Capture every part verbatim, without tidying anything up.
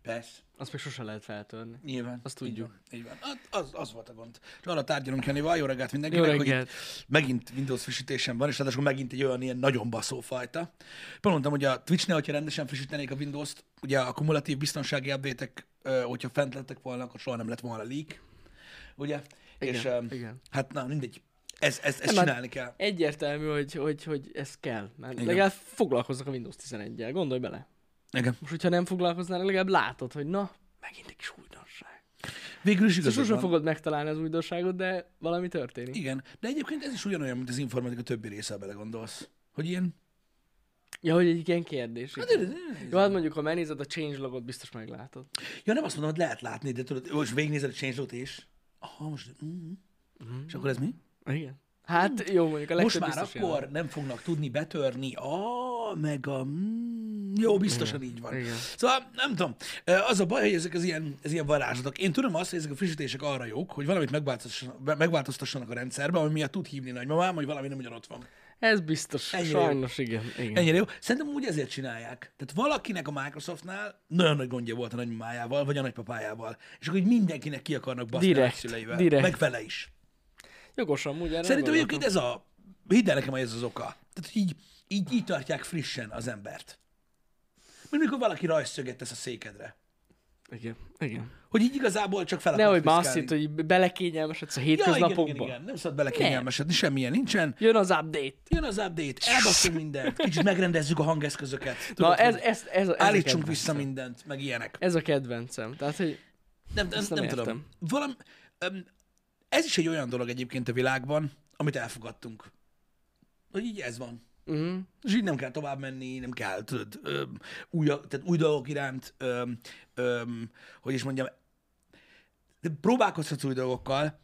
Persze. Azt még sosem lehet feltörni. Nyilván. Azt tudjuk. Így van. Így van. Hát az, az volt a gond. És arra tárgyalunk Janival, jó reggelt mindenkinek, Jó hogy reggelt. itt megint Windows frissítésem van, és ráadásul megint egy olyan ilyen nagyon baszó fajta. Pont mondtam, hogy a Twitchnél, hogyha rendesen frissítenék a Windows-t, ugye a kumulatív biztonsági update-ek, hogyha fent lettek volna, akkor soha nem lett volna leak. Ugye? Igen, és um, igen. hát na, mindegy. Ez, ez, ezt Nem, hát csinálni kell. Egyértelmű, hogy, hogy, hogy ez kell. Mert Igen. legalább foglalkoznak a Windows tizeneggyel. Gondolj bele. Igen. Most, hogyha nem foglalkoznál, legalább látod, hogy na, megint egy kis újdonság. Végül is Szóval igazad sosem van. fogod megtalálni az újdonságot, de valami történik. Igen, de egyébként ez is ugyanolyan, mint az informatika többi része, ha belegondolsz. Hogy ilyen... Ja, hogy egy ilyen kérdés. Hát, igen. ez- ez- Jó, hát mondjuk, ha megnézed a changelogot, biztos meglátod. Ja, nem azt mondom, hogy lehet látni, de tudod, most végignézed a changelog és... Aha, most... Mm, Mm. és akkor ez mi? Igen. Hát jó, mondjuk a Most legtöbb már biztos akkor ilyen. nem fognak tudni betörni, a meg a... Mm, jó, biztosan így van. Igen. Szóval nem tudom, az a baj, hogy ezek az ilyen, ez ilyen varázslatok. Én tudom azt, hogy ezek a frissítések arra jók, hogy valamit megváltoztassanak, megváltoztassanak a rendszerbe, ami miatt tud hívni nagymamám, hogy valami nem ugyanott van. Ez biztos. Ennyire jó. Sajnos, igen. igen. Ennyire jó. Szerintem úgy ezért csinálják. Tehát valakinek a Microsoftnál nagyon nagy gondja volt a nagymamájával, vagy a nagypapájával. És akkor így mindenkinek ki akarnak baszni a Direkt, nagyszüleivel. direkt. Meg vele is. Jogosan, úgy erre Szerintem nem egyébként ez a... Hidd el nekem, hogy ez az oka. Tehát hogy így, így, így tartják frissen az embert. Mint mikor valaki rajzszöget tesz a székedre. Igen, igen. Hogy így igazából csak fel Nehogy akarsz már azt piszkálni. hitt, hogy belekényelmesedsz a Ja, igen, hétköznapokba. igen, igen. Nem szabad belekényelmesedni, semmilyen nincsen. Jön az update. Jön az update, elbaszunk mindent, kicsit megrendezzük a hangeszközöket. Na, Tudod, ez, hogy ez, ez, ez, a állítsunk kedvencem. vissza mindent, meg ilyenek. Ez a kedvencem. Tehát, hogy Nem, nem, Ezt nem, nem tudom. értem. Valam, öm, ez is egy olyan dolog egyébként a világban, amit elfogadtunk. Hogy így ez van. uh-huh. És így nem kell tovább menni, nem kell, tudod, öm, új, tehát új dolgok iránt, öm, öm, hogy is mondjam, de próbálkozhatsz új dolgokkal,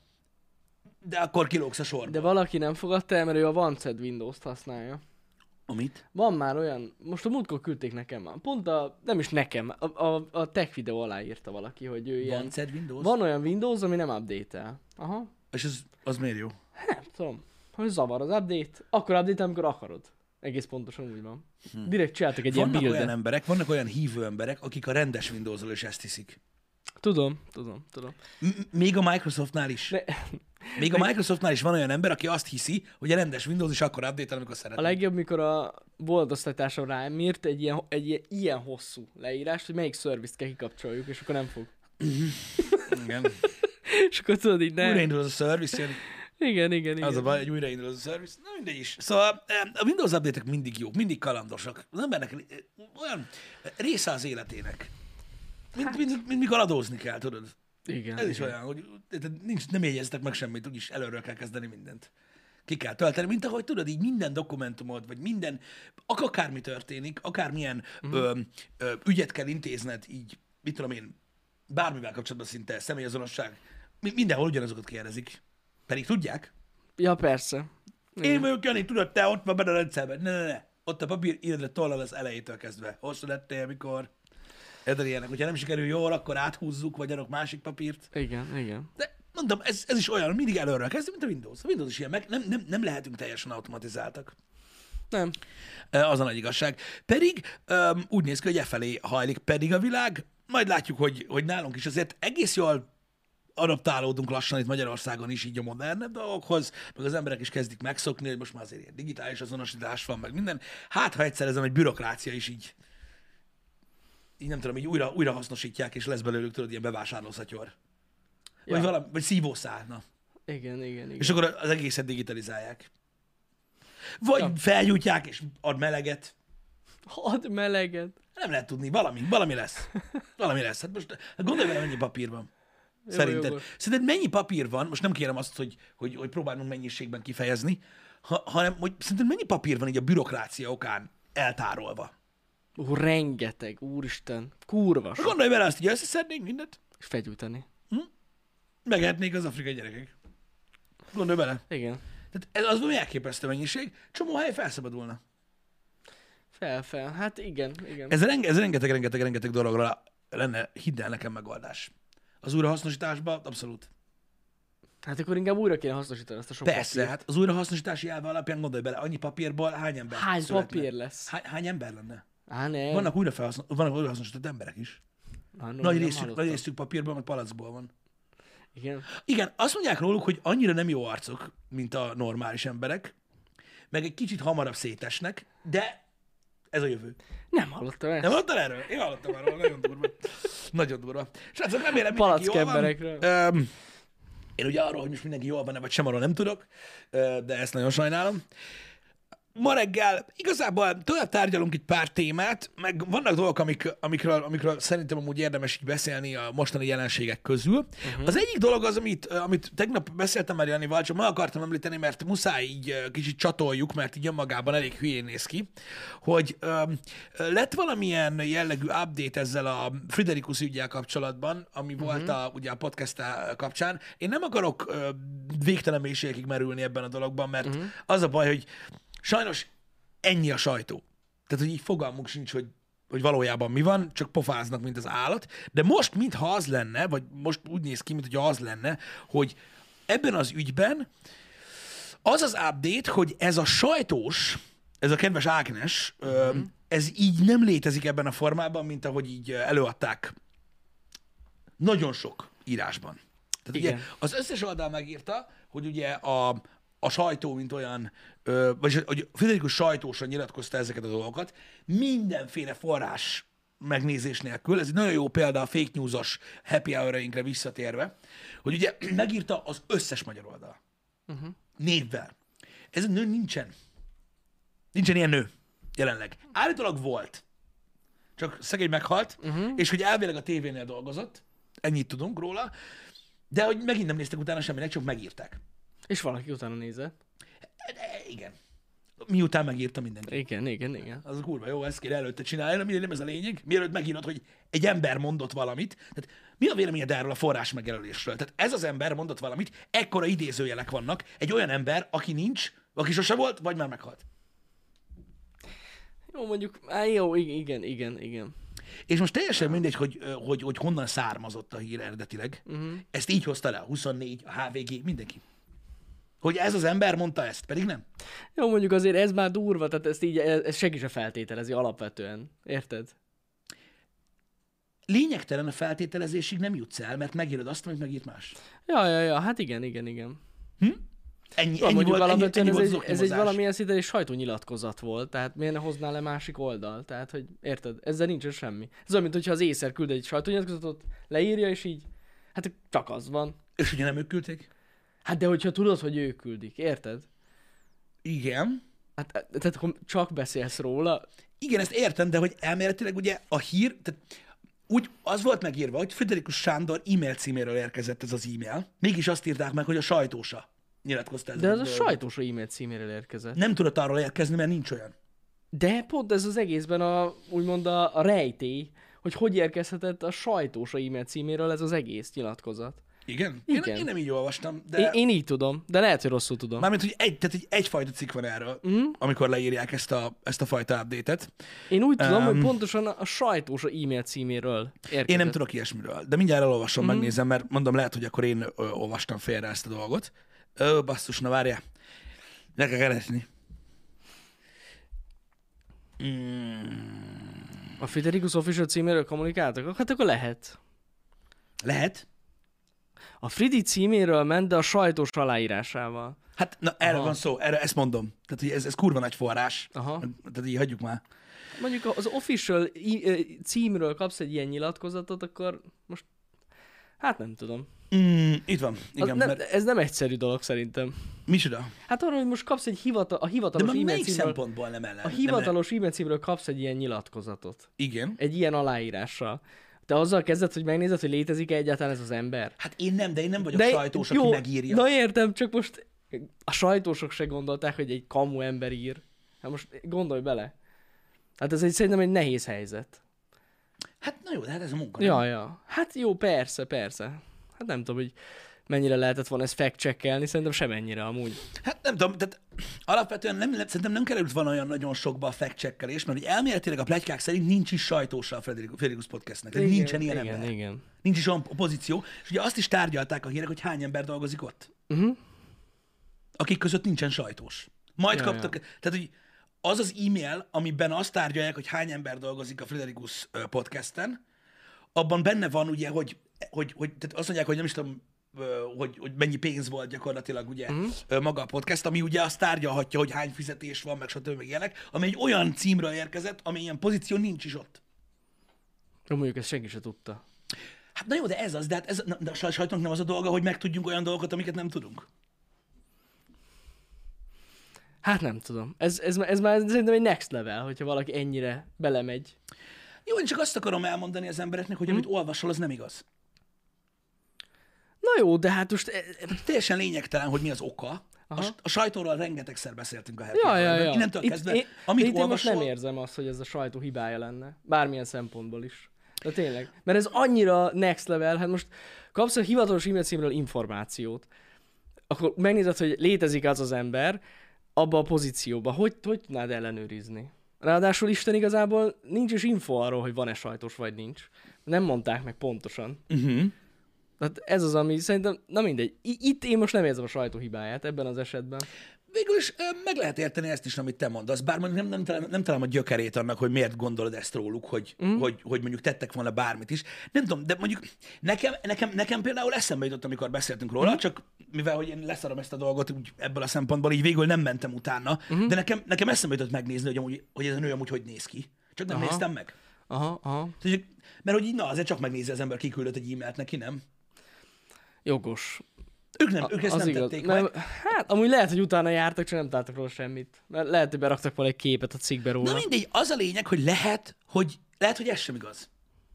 de akkor kilógsz a sorba. De valaki nem fogadta el, mert ő a Vanced Windows-t használja. Amit? Van már olyan, most a múltkor küldték nekem már, pont a, nem is nekem, a, a, a tech videó alá írta valaki, hogy ő ilyen... Van szed Windows? Van olyan Windows, ami nem update-el. Aha. És az, az miért jó? Nem tudom, hogy zavar az update. Akkor update, amikor akarod. Egész pontosan úgy van. Direkt csináltak egy Vannak ilyen olyan buildet. emberek, vannak olyan hívő emberek, akik a rendes Windowsról is ezt hiszik. Tudom, tudom, tudom. M- még a Microsoftnál is. De Még a Microsoftnál is van olyan ember, aki azt hiszi, hogy a rendes Windows is akkor update amikor a szeretne. legjobb, mikor a boldosztatásom rám írt egy ilyen, egy ilyen, ilyen hosszú leírást, hogy melyik szervizt kell kikapcsoljuk, és akkor nem fog. Igen. És akkor tudod így, ne... Újraindul az a service, jön. Igen, igen, igen. Az a baj, hogy újraindul az a service. Na mindegy is. Szóval em, a Windows update-ek mindig jók, mindig kalandosak. Az embernek eh, olyan része az életének. Mint, hát. mint, mint mikor adózni kell, tudod. Igen, Ez is igen. olyan, hogy tehát nincs, nem jegyeztek meg semmit, úgyis előről kell kezdeni mindent. Ki kell tölteni, mint ahogy tudod, így minden dokumentumod, vagy minden, ak- akármi történik, akármilyen mm. ö, ö, ügyet kell intézned, így, mit tudom én, bármivel kapcsolatban szinte, személyazonosság, mi- mindenhol ugyanazokat kérdezik. Pedig tudják. Ja, persze. Én vagyok, Jani, tudod, te ott van benne a rendszerben. Ne, ne, ne. Ott a papír írd le tollal az elejétől kezdve. Hosszú lettél, mikor... Érted ilyenek, hogyha nem sikerül jól, akkor áthúzzuk, vagy adok másik papírt. Igen, igen. De mondom, ez, ez is olyan, mindig előről kezdünk, mint a Windows. A Windows is ilyen, meg nem, nem, nem lehetünk teljesen automatizáltak. Nem. E, Az a nagy igazság. Pedig um, úgy néz ki, hogy e felé hajlik pedig a világ. Majd látjuk, hogy, hogy nálunk is azért egész jól adaptálódunk lassan itt Magyarországon is így a modernebb dolgokhoz, meg az emberek is kezdik megszokni, hogy most már azért ilyen digitális azonosítás van, meg minden. Hát, ha egyszer ez a egy bürokrácia is így, így nem tudom, így újra, újra hasznosítják, és lesz belőlük, tudod, ilyen bevásárlószatyor. Vagy, Ja. valami, vagy szívószál, na. Igen, igen, igen. És akkor az egészet digitalizálják. Vagy Ja. felgyújtják, és ad meleget. Hadd meleget. Nem lehet tudni, valami, valami lesz. Valami lesz. Hát most hát gondolj vele, mennyi papír van. Jó, Szerinted. jogos. Szerinted mennyi papír van, most nem kérem azt, hogy, hogy, hogy próbálunk mennyiségben kifejezni, ha, hanem hogy szerinted mennyi papír van így a bürokrácia okán eltárolva? Ó, rengeteg, úristen. Kurva sok. Gondolj vele azt, hogy összeszednénk mindent, És felgyújtani. megetnék az afrikai gyerekek. Gondolj bele. Igen. Tehát ez az valami elképesztő mennyiség, csomó hely felszabadulna. Fel, fel. Hát igen, igen. Ez, renge, ez rengeteg, rengeteg, rengeteg dologra lenne, hidd el nekem, megoldás. Az újrahasznosításban abszolút. Hát akkor inkább újra kéne hasznosítani azt a sok Persze, papírt. hát az újrahasznosítási elve alapján gondolj bele, annyi papírból hány ember Hány születne? papír lesz? Hány, hány ember lenne? Á, ne. Vannak újrafelhasznos, vannak újrahasznosított emberek is. Na, no, Nagy nem részük, hallottam. nagy részük papírban, meg palackból van. Igen. Igen, azt mondják róluk, hogy annyira nem jó arcok, mint a normális emberek, meg egy kicsit hamarabb szétesnek, de ez a jövő. Nem hallottam ezt. Nem hallottál erről? Én hallottam erről, nagyon durva. Nagyon durva. Srácok, remélem mindenki Palack jól van. emberekről. Öm, én ugye arról, hogy most mindenki jól van-e, vagy sem, arról nem tudok, ö, de ezt nagyon sajnálom. Ma reggel igazából tovább tárgyalunk itt pár témát, meg vannak dolgok, amik, amikről, amikről szerintem amúgy érdemes így beszélni a mostani jelenségek közül. Uh-huh. Az egyik dolog az, amit, amit tegnap beszéltem már Janival, csak meg akartam említeni, mert muszáj így kicsit csatoljuk, mert így önmagában elég hülyén néz ki, hogy um, lett valamilyen jellegű update ezzel a Friderikus üggyel kapcsolatban, ami uh-huh. volt a, ugye a podcast kapcsán. Én nem akarok uh, végtelen mélységekig merülni ebben a dologban, mert uh-huh. az a baj, hogy sajnos ennyi a sajtó. Tehát, hogy így fogalmunk sincs, hogy, hogy valójában mi van, csak pofáznak, mint az állat. De most, mintha az lenne, vagy most úgy néz ki, mintha az lenne, hogy ebben az ügyben az az update, hogy ez a sajtós, ez a kedves Ágnes, uh-huh. ez így nem létezik ebben a formában, mint ahogy így előadták nagyon sok írásban. Tehát igen. ugye az összes oldal megírta, hogy ugye a a sajtó, mint olyan, ö, vagy hogy Friderikus sajtósan nyilatkozta ezeket a dolgokat, mindenféle forrás megnézés nélkül, ez egy nagyon jó példa a fake news-os happy hour-ainkre visszatérve, hogy ugye megírta az összes magyar oldal. Uh-huh. Névvel. Ez a nő nincsen. Nincsen ilyen nő jelenleg. Állítólag volt. Csak szegény meghalt, uh-huh. és hogy elvileg a tévénél dolgozott, ennyit tudunk róla, de hogy megint nem néztek utána semminek, csak megírták. És valaki utána nézett. De igen. Miután megírta mindenki. Igen, igen, igen. Az a kurva jó, ezt kéne előtte csinálni, de nem ez a lényeg. Mielőtt megírod, hogy egy ember mondott valamit. Tehát mi a véleményed erről a forrás megjelölésről? Tehát ez az ember mondott valamit, ekkora idézőjelek vannak, egy olyan ember, aki nincs, aki sose volt, vagy már meghalt. Jó, mondjuk, á, jó, igen, igen, igen. És most teljesen mindegy, hogy, hogy, hogy honnan származott a hír eredetileg. Uh-huh. Ezt így hozta le a huszonnégy, a há vé gé, mindenki. Hogy ez az ember mondta ezt, pedig nem. Jó, mondjuk azért ez már durva, tehát ezt így, ez senki se feltételezi alapvetően. Érted? Lényegtelen a feltételezésig nem jutsz el, mert megírod azt, amit megírt más. Ja, ja, ja, hát igen, igen, igen. Hm? Ennyi, ja, ennyi mondjuk volt, alapvetően ennyi, ennyi ez, volt egy, ez egy valamilyen szinte egy sajtónyilatkozat volt, tehát miért ne hoznál le másik oldal? Tehát, hogy érted? Ezzel nincsen semmi. Ez olyan, mint hogyha az Észer küld egy sajtónyilatkozatot, leírja, és így, hát csak az van. És ugye nem ők küldték? Hát de hogyha tudod, hogy ők küldik, érted? Igen. Hát, tehát akkor csak beszélsz róla. Igen, ezt értem, de hogy elméletileg ugye a hír, tehát úgy az volt megírva, hogy Friderikus Sándor e-mail címéről érkezett ez az e-mail. Mégis azt írták meg, hogy a sajtósa nyilatkozta De az a sajtósa e-mail címéről érkezett. Nem tudott arról érkezni, mert nincs olyan. De pont ez az egészben a, úgymond a, a rejtély, hogy hogy érkezhetett a sajtósa e-mail címéről ez az egész nyilatkozat. Igen? Igen. Én, én nem így olvastam, de... Én, én így tudom, de lehet, hogy rosszul tudom. Mármint, hogy egy, tehát egy, egyfajta cikk van erről, mm. amikor leírják ezt a, ezt a fajta update-et. Én úgy tudom, um, hogy Um, pontosan a sajtósa e-mail címéről érkezett. Én nem tudok ilyesmiről, de mindjárt elolvasom, Mm. megnézem, mert mondom, lehet, hogy akkor én ö, olvastam félre ezt a dolgot. Ö, basszus, na várjál. Le kell keresni. Mm. A Friderikus Official címéről kommunikáltak? Hát akkor lehet. Lehet? A Fridi címéről ment, de a sajtós aláírásával. Hát, na erről Aha. van szó, erre ezt mondom. Tehát, hogy ez, ez kurva nagy forrás. Aha. Tehát így hagyjuk már. Mondjuk az official címről kapsz egy ilyen nyilatkozatot, akkor most, hát nem tudom. Mm, itt van, igen. Az nem, mert... Ez nem egyszerű dolog szerintem. Micsoda? Hát arra, hogy most kapsz egy hivata, a De hivatalos már e-mail melyik címről, szempontból nem ellen? a hivatalos e-mail címről kapsz egy ilyen nyilatkozatot. Igen. Egy ilyen aláírással. Te azzal kezded, hogy megnézed, hogy létezik-e egyáltalán ez az ember? Hát én nem, de én nem vagyok De sajtós, jó, aki megírja. Na értem, csak most a sajtósok se gondolták, hogy egy kamu ember ír. Hát most gondolj bele. Hát ez egy, szerintem egy nehéz helyzet. Hát na jó, de hát ez a munka. Ja, nem? ja. Hát jó, persze, persze. Hát nem tudom, hogy mennyire lehetett volna ezt fact-checkelni, szerintem semennyire amúgy. Hát nem tudom, tehát alapvetően nem, szerintem nem került volna olyan nagyon sokba a fact-checkelés, mert hogy elméletileg a pletykák szerint nincs is sajtósa a Friderikus Podcastnek. Tehát Igen, nincsen ilyen igen, ember. igen. Nincs is olyan pozíció. És ugye azt is tárgyalták a hírek, hogy hány ember dolgozik ott. Uh-huh. Akik között nincsen sajtós. Majd Ja, kaptak, ja. tehát hogy az az e-mail, amiben azt tárgyalják, hogy hány ember dolgozik a Friderikus Podcasten, abban benne van ugye, hogy, hogy, hogy tehát azt mondják, hogy nem is tudom, ö, hogy, hogy mennyi pénz volt gyakorlatilag ugye Mhm. ö, maga a podcast, ami ugye azt tárgyalhatja, hogy hány fizetés van, meg stb. Meg ilyenek, ami egy olyan címről érkezett, ami ilyen pozíció nincs is ott. De mondjuk ezt senki se tudta. Hát na jó, de ez az, de, hát ez, na, de a saj- sajtónak nem az a dolga, hogy megtudjunk olyan dolgokat, amiket nem tudunk. Hát nem tudom. Ez, ez, ez már szerintem egy next level, hogyha valaki ennyire belemegy. Jó, én csak azt akarom elmondani az embereknek, hogy amit olvasol, az nem igaz. Na jó, de hát most... e- e- Teljesen lényegtelen, hogy mi az oka. A, Aha. a sajtóról rengetegszer beszéltünk a happy Ja, ja, hour-ben. ja. Innentől Itt, kezdve, én, amit itt én most olvasol... nem érzem azt, hogy ez a sajtó hibája lenne. Bármilyen szempontból is. De tényleg. Mert ez annyira next level, hát most kapsz a hivatalos e-mail címről információt, akkor megnézed, hogy létezik az az ember abba a pozícióba. Hogy, hogy tudnád ellenőrizni? Ráadásul Isten igazából nincs is info arról, hogy van-e sajtós vagy nincs. Nem mondták meg pontosan. Uh-huh. Tehát ez az, ami szerintem, na mindegy. I- Itt én most nem érzem a sajtó hibáját ebben az esetben. Végül is ö, meg lehet érteni ezt is, amit te mondasz, bár mondjuk nem, nem, találom, nem találom a gyökerét annak, hogy miért gondolod ezt róluk, hogy, mm. hogy, hogy mondjuk tettek volna bármit is. Nem tudom, de mondjuk nekem, nekem, nekem például eszembe jutott, amikor beszéltünk róla, mm. csak mivel hogy én leszarom ezt a dolgot úgy ebből a szempontból, így végül nem mentem utána, mm. de nekem, nekem eszembe jutott megnézni, hogy, amúgy, hogy ez a nő amúgy hogy néz ki. Csak nem Aha. néztem meg. Aha, aha. Tehát, mert hogy így, na, azért csak megnézi az ember, kiküldött egy e-mailt neki, nem? Jogos. Ők, nem, ők ezt Az nem igaz. tették Nem, meg. hát amúgy lehet, hogy utána jártak, csak nem találtak róla semmit. Mert lehet, hogy beraktak volna egy képet a cikkbe róla. Na mindegy, az a lényeg, hogy lehet, hogy lehet, hogy ez sem igaz.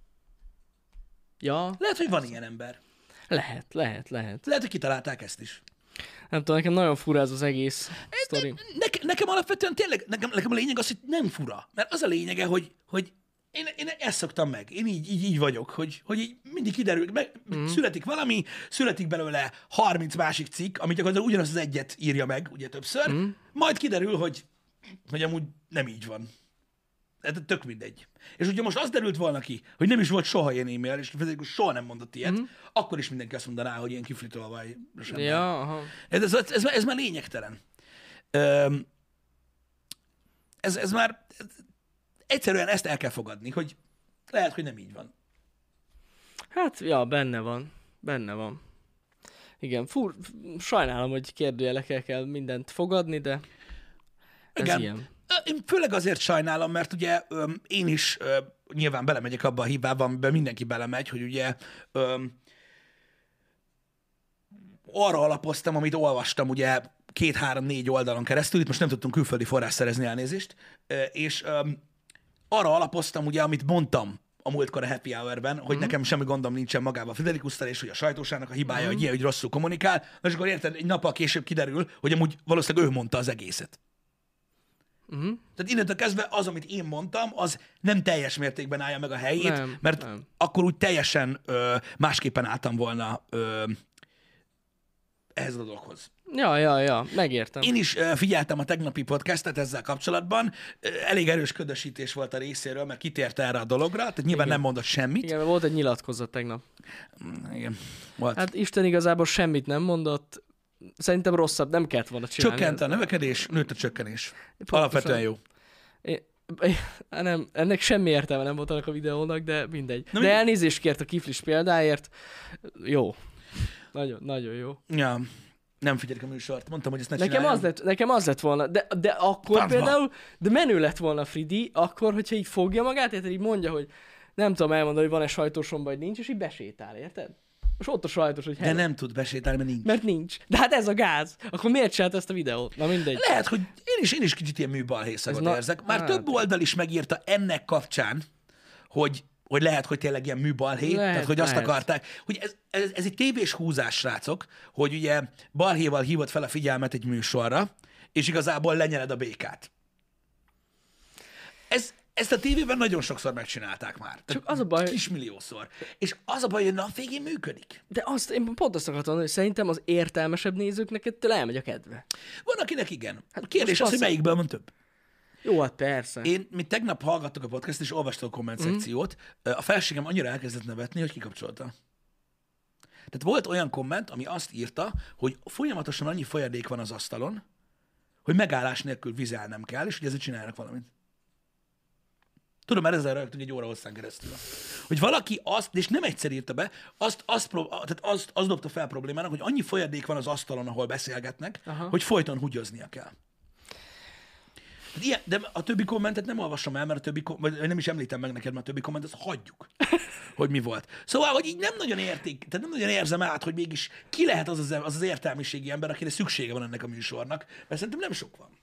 Ja, Lehet, hogy van ilyen ember. lehet, lehet, lehet. Lehet, hogy kitalálták ezt is. Nem tudom, nekem nagyon fura ez az egész sztori. Nekem, nekem alapvetően tényleg, nekem, nekem a lényeg az, hogy nem fura. Mert az a lényege, hogy, hogy én, én ezt szoktam meg. Én így, így, így vagyok, hogy, hogy így mindig kiderül, meg, mm. születik valami, születik belőle harminc másik cikk, amit gyakorlatilag ugyanazt az egyet írja meg, ugye többször, mm. majd kiderül, hogy, hogy amúgy nem így van. Ez tök mindegy. És hogyha most az derült volna ki, hogy nem is volt soha ilyen e-mail, és Federico soha nem mondott ilyet, mm. akkor is mindenki azt mondaná, hogy ilyen kiflitolvaj. Ja, aha. Ez, ez, ez, ez már lényegtelen. Öm, Ez, ez már egyszerűen ezt el kell fogadni, hogy lehet, hogy nem így van. Hát, ja, benne van. Benne van. Igen, fur, sajnálom, hogy kérdőjelekkel kell mindent fogadni, de ez Igen. ilyen. Én főleg azért sajnálom, mert ugye öm, én is öm, nyilván belemegyek abba a hibába, amiben mindenki belemegy, hogy ugye öm, arra alapoztam, amit olvastam ugye két-három-négy oldalon keresztül, itt most nem tudtunk külföldi forrás szerezni, elnézést, ö, és öm, arra alapoztam ugye, amit mondtam a múltkor a Happy Hour-ben, hogy mm. nekem semmi gondom nincsen magával a Fridericusszal, és hogy a sajtósának a hibája, mm. hogy ilyen, hogy rosszul kommunikál, és akkor érted, egy nappal később kiderül, hogy amúgy valószínűleg ő mondta az egészet. Uh-huh. Tehát innentől kezdve az, amit én mondtam, az nem teljes mértékben állja meg a helyét, Nem, mert nem. akkor úgy teljesen ö, másképpen álltam volna ö, ehhez a dologhoz. Ja, ja, ja, megértem. Én is ö, figyeltem a tegnapi podcastet ezzel kapcsolatban, ö, elég erős ködösítés volt a részéről, mert kitért erre a dologra, tehát nyilván Igen. nem mondott semmit. Igen, mert volt egy nyilatkozat tegnap. Igen. Volt. Hát Isten igazából semmit nem mondott. Szerintem rosszabb, nem kellett volna csinálni. Csökkent a növekedés, nőtt a csökkenés. Pontosan. Alapvetően jó. É, é, nem, ennek semmi értelme nem volt annak a videónak, de mindegy. Na, de mi- elnézést kért a kiflis példáért. Jó. Nagyon, nagyon jó. Ja. Nem figyelik a műsort. Mondtam, hogy ezt ne Nekem csináljam. az, lett, nekem az lett volna, de, de akkor Francba. például, de menő lett volna Fridi, akkor, hogyha így fogja magát, érted, így mondja, hogy nem tudom elmondani, hogy van-e sajtósom, vagy nincs, és így besétál, érted? Most ott a sajtos, hogy De hello. nem tud besétálni, mert nincs. Mert nincs. De hát ez a gáz. Akkor miért csinált ezt a videót? Na mindegy. Lehet, hogy én is, én is kicsit ilyen műbalhészagot Ez na- érzek. Már hát. több oldal is megírta ennek kapcsán, hogy, hogy lehet, hogy tényleg ilyen műbalhé, Lehet, tehát hogy azt lehet. akarták, hogy ez, ez, ez egy tévés húzás, srácok, hogy ugye balhéval hívod fel a figyelmet egy műsorra, és igazából lenyeled a békát. Ez, ezt a tévében nagyon sokszor megcsinálták már. Tehát Csak az a baj- Kismilliószor. És az a baj, hogy nap végén működik. De azt én pont azt akartam mondani, hogy szerintem az értelmesebb nézőknek ettől elmegy a kedve. Van, akinek igen. A kérdés most az, hogy az- melyikből van több. Jó, hát persze. Én, mi tegnap hallgattuk a podcast, és olvastuk a komment szekciót, a felségem annyira elkezdett nevetni, hogy kikapcsolta. Tehát volt olyan komment, ami azt írta, hogy folyamatosan annyi folyadék van az asztalon, hogy megállás nélkül vizelnem kell, és hogy ezért csinálnak valamit. Tudom, mert ezzel rögtünk egy óra hosszán keresztül. Hogy valaki azt, és nem egyszer írta be, azt, azt, prób- tehát azt, azt dobta fel problémának, hogy annyi folyadék van az asztalon, ahol beszélgetnek, Aha. hogy folyton húgyoznia kell. Ilyen, de a többi kommentet nem olvasom el, mert a többi kom- vagy nem is említem meg neked, mert a többi kommentet azt hagyjuk, hogy mi volt. Szóval, hogy így nem nagyon érték, tehát nem nagyon érzem át, hogy mégis ki lehet az az, az, az értelmiségi ember, akire szüksége van ennek a műsornak, mert szerintem nem sok van.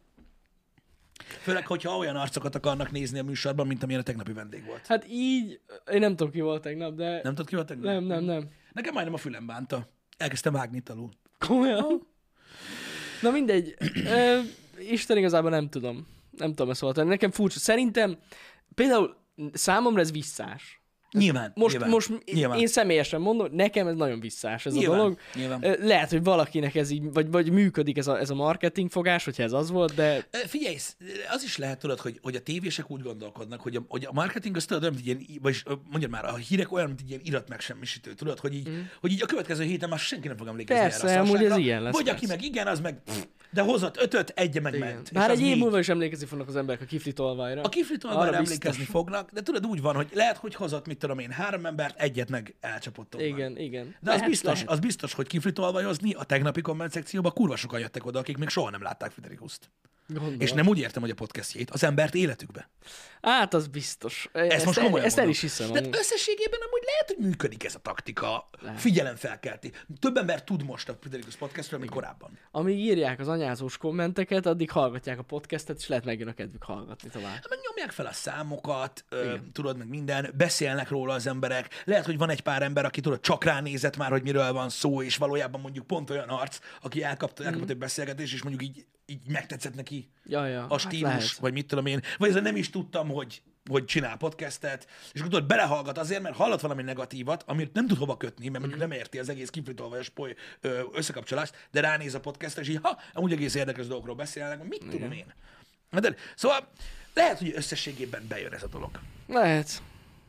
Főleg, hogyha olyan arcokat akarnak nézni a műsorban, mint amilyen a tegnapi vendég volt. Hát így, én nem tudom, ki volt tegnap, de... Nem tudod, ki volt tegnap? Nem, nem, nem. Nekem majdnem a fülem bánta. Elkezdtem vágni itt alul. Komolyan? Na mindegy. Ö, Isten igazából nem tudom. Nem tudom ezt voltani. Nekem furcsa. Szerintem például számomra ez visszás. Nyilván, Most, nyilván, most nyilván. én személyesen mondom, nekem ez nagyon visszás ez Nyilván, a dolog. nyilván. Lehet, hogy valakinek ez így, vagy, vagy működik ez a, ez a marketing fogás, hogyha ez az volt, de... Figyelj, az is lehet, tudod, hogy, hogy a tévések úgy gondolkodnak, hogy a, hogy a marketing az tudod, olyan, mint egy ilyen, vagyis mondjad már, a hírek olyan, mint egy ilyen irat megsemmisítő, tudod, hogy így, mm. hogy így a következő héten már senki nem fog emlékezni persze, erre a amúgy ez ilyen lesz. Vagy persze. aki meg igen, az meg... De hozott ötöt, egye meg Igen. ment. Bár egy év négy. múlva is emlékezni fognak az emberek a kifli tolvajra. A kifli tolvajra emlékezni fognak, de tudod, úgy van, hogy lehet, hogy hozott, mit tudom én, három embert, egyet meg elcsapott onnan. Igen, igen. De az Lehet, biztos, lehet. az biztos, hogy kifli tolvajozni a tegnapi komment szekcióban kurva sokan jöttek oda, akik még soha nem látták Friderikuszt. Gondolom. És nem úgy értem, hogy a podcastjét, az embert életükbe. Hát, az biztos. Ezt, ezt most el, komolyan ezt el mondom. is hiszem. Tehát amúgy. összességében amúgy lehet, hogy működik ez a taktika. Lehet. Figyelemfelkelti. Több ember tud most a Friderikus podcastről, mint korábban. Amíg írják az anyázós kommenteket, addig hallgatják a podcastet, és lehet megjön a kedvük hallgatni tovább. Hát meg nyomják fel a számokat, ö, tudod, meg minden, beszélnek róla az emberek. Lehet, hogy van egy pár ember, aki tudod, csak ránézett már, hogy miről van szó, és valójában mondjuk pont olyan arc, aki elkapta, elkapott mm. egy beszélgetést, és mondjuk így, így megtetszett neki Ja, ja. a stílus, hát vagy mit tudom én. Vagy ezzel nem is tudtam, hogy, hogy csinál podcastet, és akkor tudod, belehallgat azért, mert hallott valami negatívat, amit nem tud hova kötni, mert mondjuk nem érti az egész kiflitolvajos összekapcsolást, de ránéz a podcastra, és így, ha, amúgy egész érdekes dolgokról beszélnek, mit tudom én. De, szóval lehet, hogy összességében bejön ez a dolog. Lehet.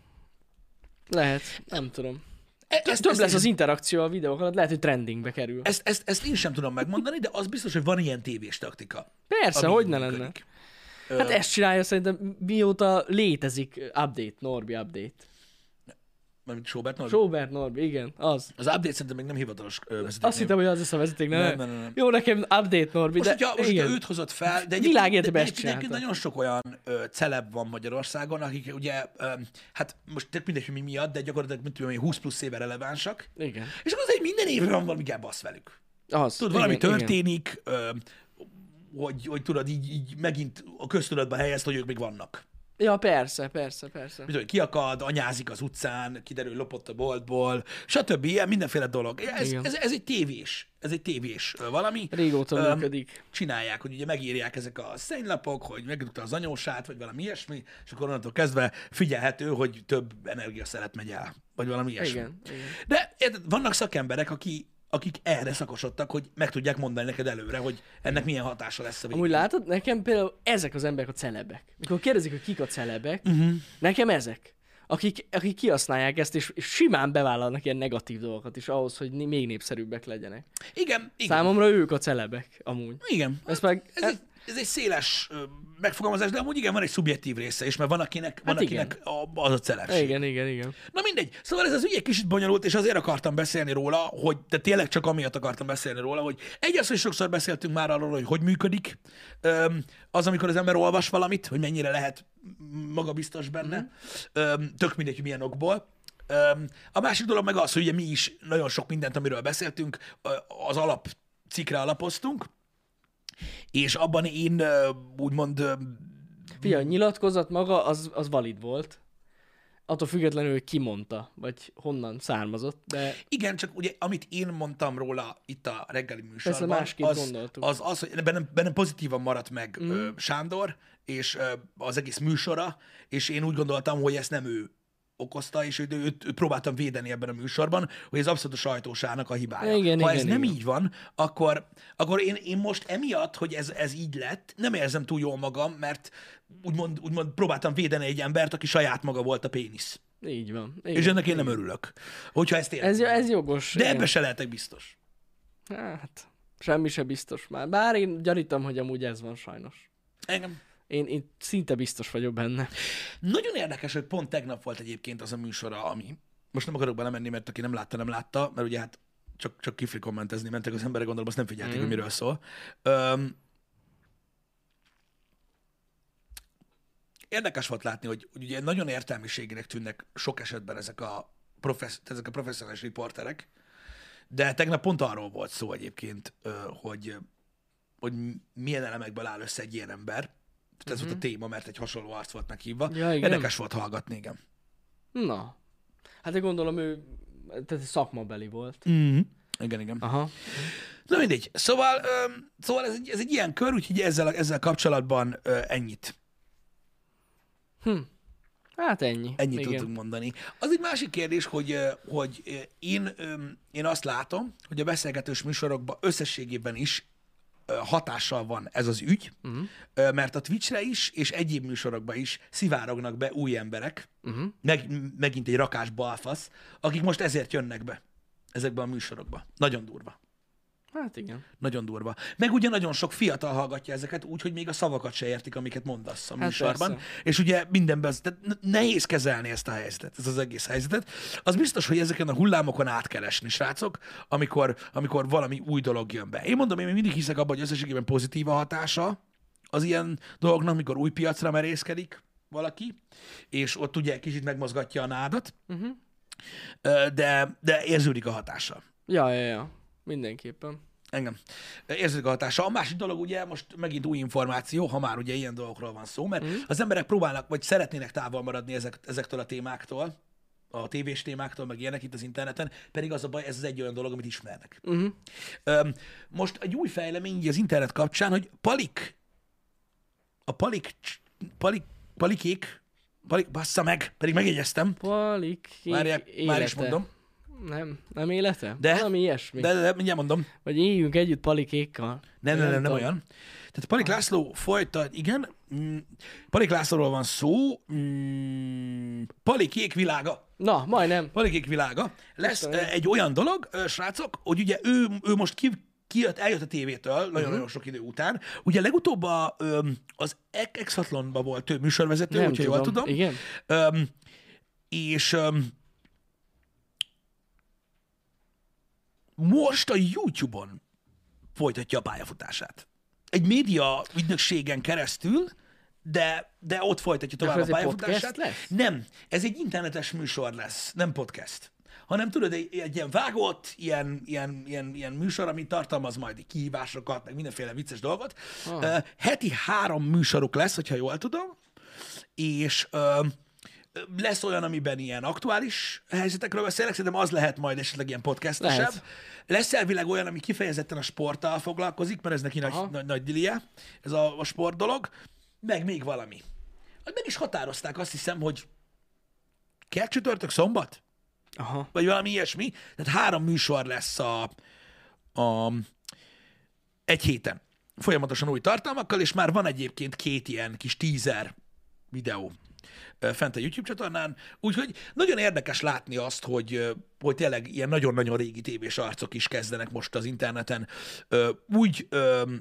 Lehet. Nem tudom. E- ezt, Több ezt, lesz ezt, az interakció a videók alatt, lehet, hogy trendingbe kerül. ezt, ezt, ezt én sem tudom megmondani, de az biztos, hogy van ilyen tévés taktika. Persze, ami hogy ne működik. lenne. Hát ezt csinálja szerintem, mióta létezik update, Norbi update. Mármint Sobert Norbi? Robert Norbi, igen, az. Az update szerintem még nem hivatalos ö, vezeték. Azt hittem, hogy az lesz a vezeték, nem? Nem, nem, nem, nem. Jó, nekem update Norbi, Most, de hogyha, most, igen. hogyha őt hozott fel, de Világéletében ezt egyébként, de egyébként csinálta. nagyon sok olyan ö, celeb van Magyarországon, akik ugye, ö, hát most tök mindegy, hogy mi miatt, de gyakorlatilag mint tudom, én, húsz plusz éve relevánsak, Igen. és akkor azért minden évben van valami gábasz velük. Az. Tudod, valami igen, igen. történik, ö, hogy, hogy tudod, így, így megint a köztudatba helyezt, hogy ők még vannak. Ja, persze, persze, persze. Mit tudom, kiakad, anyázik az utcán, kiderül, lopott a boltból, stb. Ilyen mindenféle dolog. Ez, Igen. ez, ez egy tévés, ez egy tévés ö, valami. Régóta Öm, működik. Csinálják, hogy ugye megírják ezek a szennylapok, hogy megdugta az anyósát, vagy valami ilyesmi, és akkor onnantól kezdve figyelhető, hogy több energiaszeret megy el, vagy valami ilyesmi. Igen, igen. De érted, vannak szakemberek, aki, akik erre szakosodtak, hogy meg tudják mondani neked előre, hogy ennek milyen hatása lesz a végén. Amúgy látod, nekem például ezek az emberek a celebek. Mikor kérdezik, hogy kik a celebek, Mhm. uh-huh. nekem ezek. Akik, akik kihasználják ezt, és, és simán bevállalnak ilyen negatív dolgokat is ahhoz, hogy né- még népszerűbbek legyenek. Igen, igen. Számomra ők a celebek, amúgy. Igen. Ez meg... Ez egy, ez egy széles ö, megfogalmazás, de amúgy igen, van egy szubjektív része is, mert van akinek, van Hát akinek a, az a celebség. Igen, igen, igen. Na mindegy. Szóval ez az ügy egy kicsit bonyolult, és azért akartam beszélni róla, hogy, de tényleg csak amiatt akartam beszélni róla, hogy egy az, hogy sokszor beszéltünk már arról, hogy hogy működik öm, az, amikor az ember olvas valamit, hogy mennyire lehet magabiztos benne, mm. öm, tök mindegy, hogy milyen okból. Öm, a másik dolog meg az, hogy ugye mi is nagyon sok mindent, amiről beszéltünk, az alap cikkre alapoztunk, és abban én ö, úgymond... ö, Figyelj, a nyilatkozat maga az, az valid volt. Attól függetlenül, hogy ki mondta, vagy honnan származott, de Igen, csak ugye, amit én mondtam róla itt a reggeli műsorban, másképp az, gondoltuk. az, az, hogy bennem, bennem pozitívan maradt meg mm. ö, Sándor, és ö, az egész műsora, és én úgy gondoltam, hogy ezt nem ő okozta, és őt, őt, őt próbáltam védeni ebben a műsorban, hogy ez abszolút a sajtósának a hibája. Igen, ha igen, ez nem igen. így van, akkor, akkor én, én most emiatt, hogy ez, ez így lett, nem érzem túl jól magam, mert úgymond, úgymond próbáltam védeni egy embert, aki saját maga volt a pénisz. így van. És Igen. ennek én nem örülök, hogyha ezt értem. Ez, ez jogos. De igen. ebbe se lehetek biztos. Hát, semmi se biztos már. Bár én gyanítom, hogy amúgy ez van sajnos. Engem. Én, én szinte biztos vagyok benne. Nagyon érdekes, hogy pont tegnap volt egyébként az a műsora, ami... Most nem akarok belemenni, mert aki nem látta, nem látta, mert ugye hát csak, csak kifli kommentezni mentek az emberek, gondolom, azt nem figyelték, mm. hogy miről szól. Öm, érdekes volt látni, hogy, hogy ugye nagyon értelmiségének tűnnek sok esetben ezek a, professz, ezek a professzionális riporterek, de tegnap pont arról volt szó egyébként, hogy, hogy milyen elemekből áll össze egy ilyen ember. Tehát ez mm-hmm. volt a téma, mert egy hasonló arc volt meghívva. Ja, érdekes volt hallgatni, igen. Na, hát én gondolom ő tehát szakmabeli volt. Mm-hmm. Igen, igen. Aha. Na mindegy. Szóval, öm, szóval ez, egy, ez egy ilyen kör, úgyhogy ezzel, ezzel kapcsolatban ö, ennyit. Hm. Hát ennyi. Ennyit igen. tudtunk mondani. Az egy másik kérdés, hogy, hogy én, én azt látom, hogy a beszélgetős műsorokban összességében is hatással van ez az ügy, uh-huh. mert a Twitchre is, és egyéb műsorokban is szivárognak be új emberek, uh-huh. meg, megint egy rakás balfasz, akik most ezért jönnek be ezekben a műsorokban. Nagyon durva. Hát igen. Nagyon durva. Meg ugye nagyon sok fiatal hallgatja ezeket úgy, hogy még a szavakat se értik, amiket mondasz a hát műsorban. Persze. És ugye mindenben, tehát nehéz kezelni ezt a helyzetet, ez az egész helyzetet. Az biztos, hogy ezeken a hullámokon át kell esni, srácok, amikor, amikor valami új dolog jön be. Én mondom, én még mindig hiszek abban, hogy összességében pozitív a hatása az ilyen dolognak, amikor új piacra merészkedik valaki, és ott ugye kicsit megmozgatja a nádat, uh-huh. de, de érződik a hatása. Ja, ja, ja. Mindenképpen. Engem. Érződik a hatása. A másik dolog ugye, most megint új információ, ha már ugye ilyen dolgokról van szó, mert mm. az emberek próbálnak, vagy szeretnének távol maradni ezek, ezektől a témáktól, a tévés témáktól, meg ilyenek itt az interneten, pedig az a baj, ez az egy olyan dolog, amit ismernek. Mm. Most egy új fejlemény az internet kapcsán, hogy palik, a palik, palik, palikék, palik, bassza meg, pedig megjegyeztem. Palikék Várják, már is mondom. Nem, nem élete? De, valami ilyesmi. De, de, de, mindjárt mondom. Vagy éljünk együtt palikékkal. Nem, nem, nem, nem olyan. Tehát Palik László folytat, igen, Palik Lászlóról van szó, Palikék világa. Na, majdnem. Palikék világa. Lesz Köszönöm. egy olyan dolog, srácok, hogy ugye ő, ő most ki, kijött, eljött a tévétől nagyon-nagyon uh-huh. sok idő után. Ugye legutóbb a, az Exatlonban volt ő műsorvezető, úgyhogy jól tudom. Igen. És most a YouTube-on folytatja a pályafutását. Egy média ügynökségen keresztül, de, de ott folytatja tovább a pályafutását. Lesz? Nem, ez egy internetes műsor lesz, nem podcast. Hanem tudod, egy, egy ilyen vágott, ilyen, ilyen, ilyen, ilyen műsor, ami tartalmaz majd kihívásokat, meg mindenféle vicces dolgot. Ah. Uh, heti három műsoruk lesz, hogyha jól tudom, és uh, lesz olyan, amiben ilyen aktuális helyzetekről beszélek, szerintem az lehet majd esetleg ilyen podcastesebb. Lesz elvileg olyan, ami kifejezetten a sporttal foglalkozik, mert ez neki nagy, nagy, nagy dilie, ez a, a sport dolog, meg még valami. Meg is határozták, azt hiszem, hogy kell csütörtök, szombat? Aha. Vagy valami ilyesmi. Tehát három műsor lesz a, a egy héten. Folyamatosan új tartalmakkal, és már van egyébként két ilyen kis teaser videó fent a YouTube csatornán, úgyhogy nagyon érdekes látni azt, hogy, hogy tényleg ilyen nagyon-nagyon régi tévés arcok is kezdenek most az interneten úgy,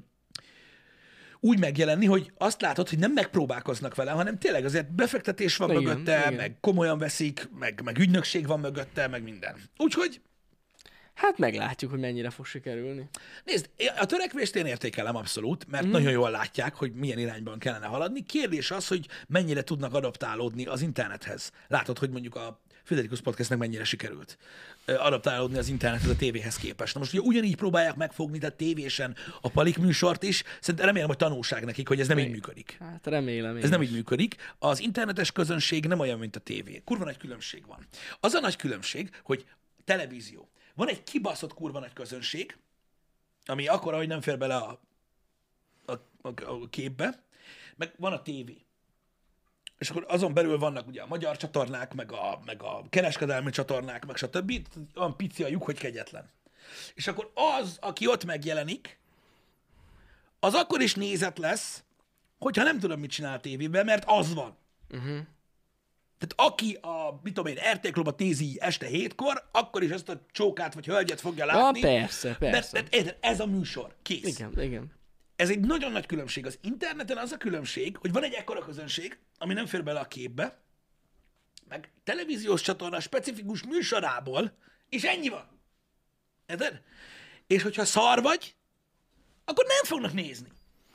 úgy megjelenni, hogy azt látod, hogy nem megpróbálkoznak vele, hanem tényleg azért befektetés van igen, mögötte, igen. meg komolyan veszik, meg, meg ügynökség van mögötte, meg minden. Úgyhogy hát meglátjuk, hogy mennyire fog sikerülni. Nézd, a törekvést én értékelem abszolút, mert mm. nagyon jól látják, hogy milyen irányban kellene haladni. Kérdés az, hogy mennyire tudnak adaptálódni az internethez. Látod, hogy mondjuk a Friderikus Podcastnek mennyire sikerült adaptálódni az internethez a tévéhez képest. Na most ugye ugyanígy próbálják megfogni, tehát tévésen a Palik műsort is. Szerintem remélem, hogy tanulság nekik, hogy ez nem így működik. Hát remélem. Ez nem így működik. Az internetes közönség nem olyan, mint a tévé. Kurva nagy különbség van. Az a nagy különbség, hogy televízió. Van egy kibaszott kurva nagy közönség, ami akkora, hogy nem fér bele a, a, a, a képbe, meg van a tévé. És akkor azon belül vannak ugye a magyar csatornák, meg a, meg a kereskedelmi csatornák, meg stb. Olyan pici a lyuk, hogy kegyetlen. És akkor az, aki ott megjelenik, az akkor is nézet lesz, hogyha nem tudom, mit csinál a tévében, mert az van. Uh-huh. Tehát aki a, mit tudom én, er té Klubot nézi este hétkor, akkor is ezt a csókát vagy hölgyet fogja látni. Ja, persze, persze. Mert, mert ez a műsor, kész. Igen, igen. ez egy nagyon nagy különbség. Az interneten az a különbség, hogy van egy ekkora közönség, ami nem fér bele a képbe, meg televíziós csatorna specifikus műsorából, és ennyi van. Érted? És hogyha szar vagy, akkor nem fognak nézni.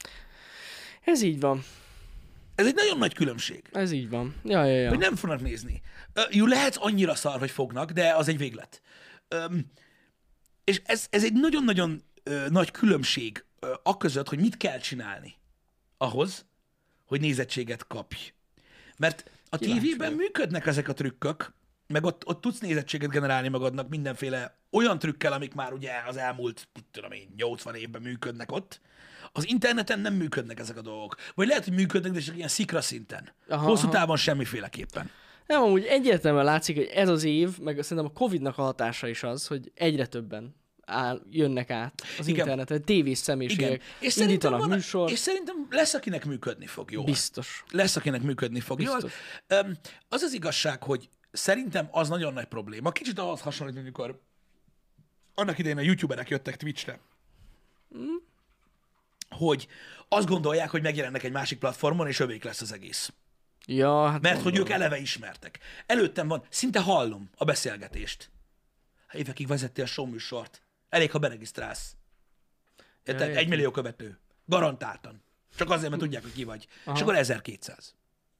Ez így van. Ez egy nagyon nagy különbség. Ez így van. Ja, ja, ja. Hogy nem fognak nézni. Uh, jó, lehetsz annyira szar, hogy fognak, de az egy véglet. Um, és ez, ez egy nagyon-nagyon uh, nagy különbség uh, aközött, hogy mit kell csinálni ahhoz, hogy nézettséget kapj. Mert a Kíváncsi tévében vagyok. működnek ezek a trükkök, meg ott, ott tudsz nézettséget generálni magadnak mindenféle olyan trükkel, amik már ugye az elmúlt, mit tudom én, nyolcvan évben működnek ott. Az interneten nem működnek ezek a dolgok. Vagy lehet, hogy működnek, de csak ilyen szikra szinten. Aha, Hosszú aha. távon semmiféleképpen. Nem, amúgy egyértelműen látszik, hogy ez az év, meg szerintem a Covidnak a hatása is az, hogy egyre többen áll, jönnek át az Igen. internetre, tévés személyiségek, Igen. És szerintem, indítanak van, műsor. és szerintem lesz, akinek működni fog jól. Biztos. Lesz, akinek működni fog jól. Biztos. Öm, Az az igazság, hogy szerintem az nagyon nagy probléma. Kicsit ahhoz hasonlít, amikor annak idején a youtuberek jöttek Twitchre, Mm. hogy azt gondolják, hogy megjelennek egy másik platformon, és övék lesz az egész. Ja, hát Mert hogy gondolom. ők eleve ismertek. Előttem van, szinte hallom a beszélgetést. Évekig vezettél a show műsort. Elég, ha beregisztrálsz. Érted? Ja, Egy értem. millió követő. Garantáltan. Csak azért, mert tudják, hogy ki vagy. Aha. És akkor ezerkétszáz.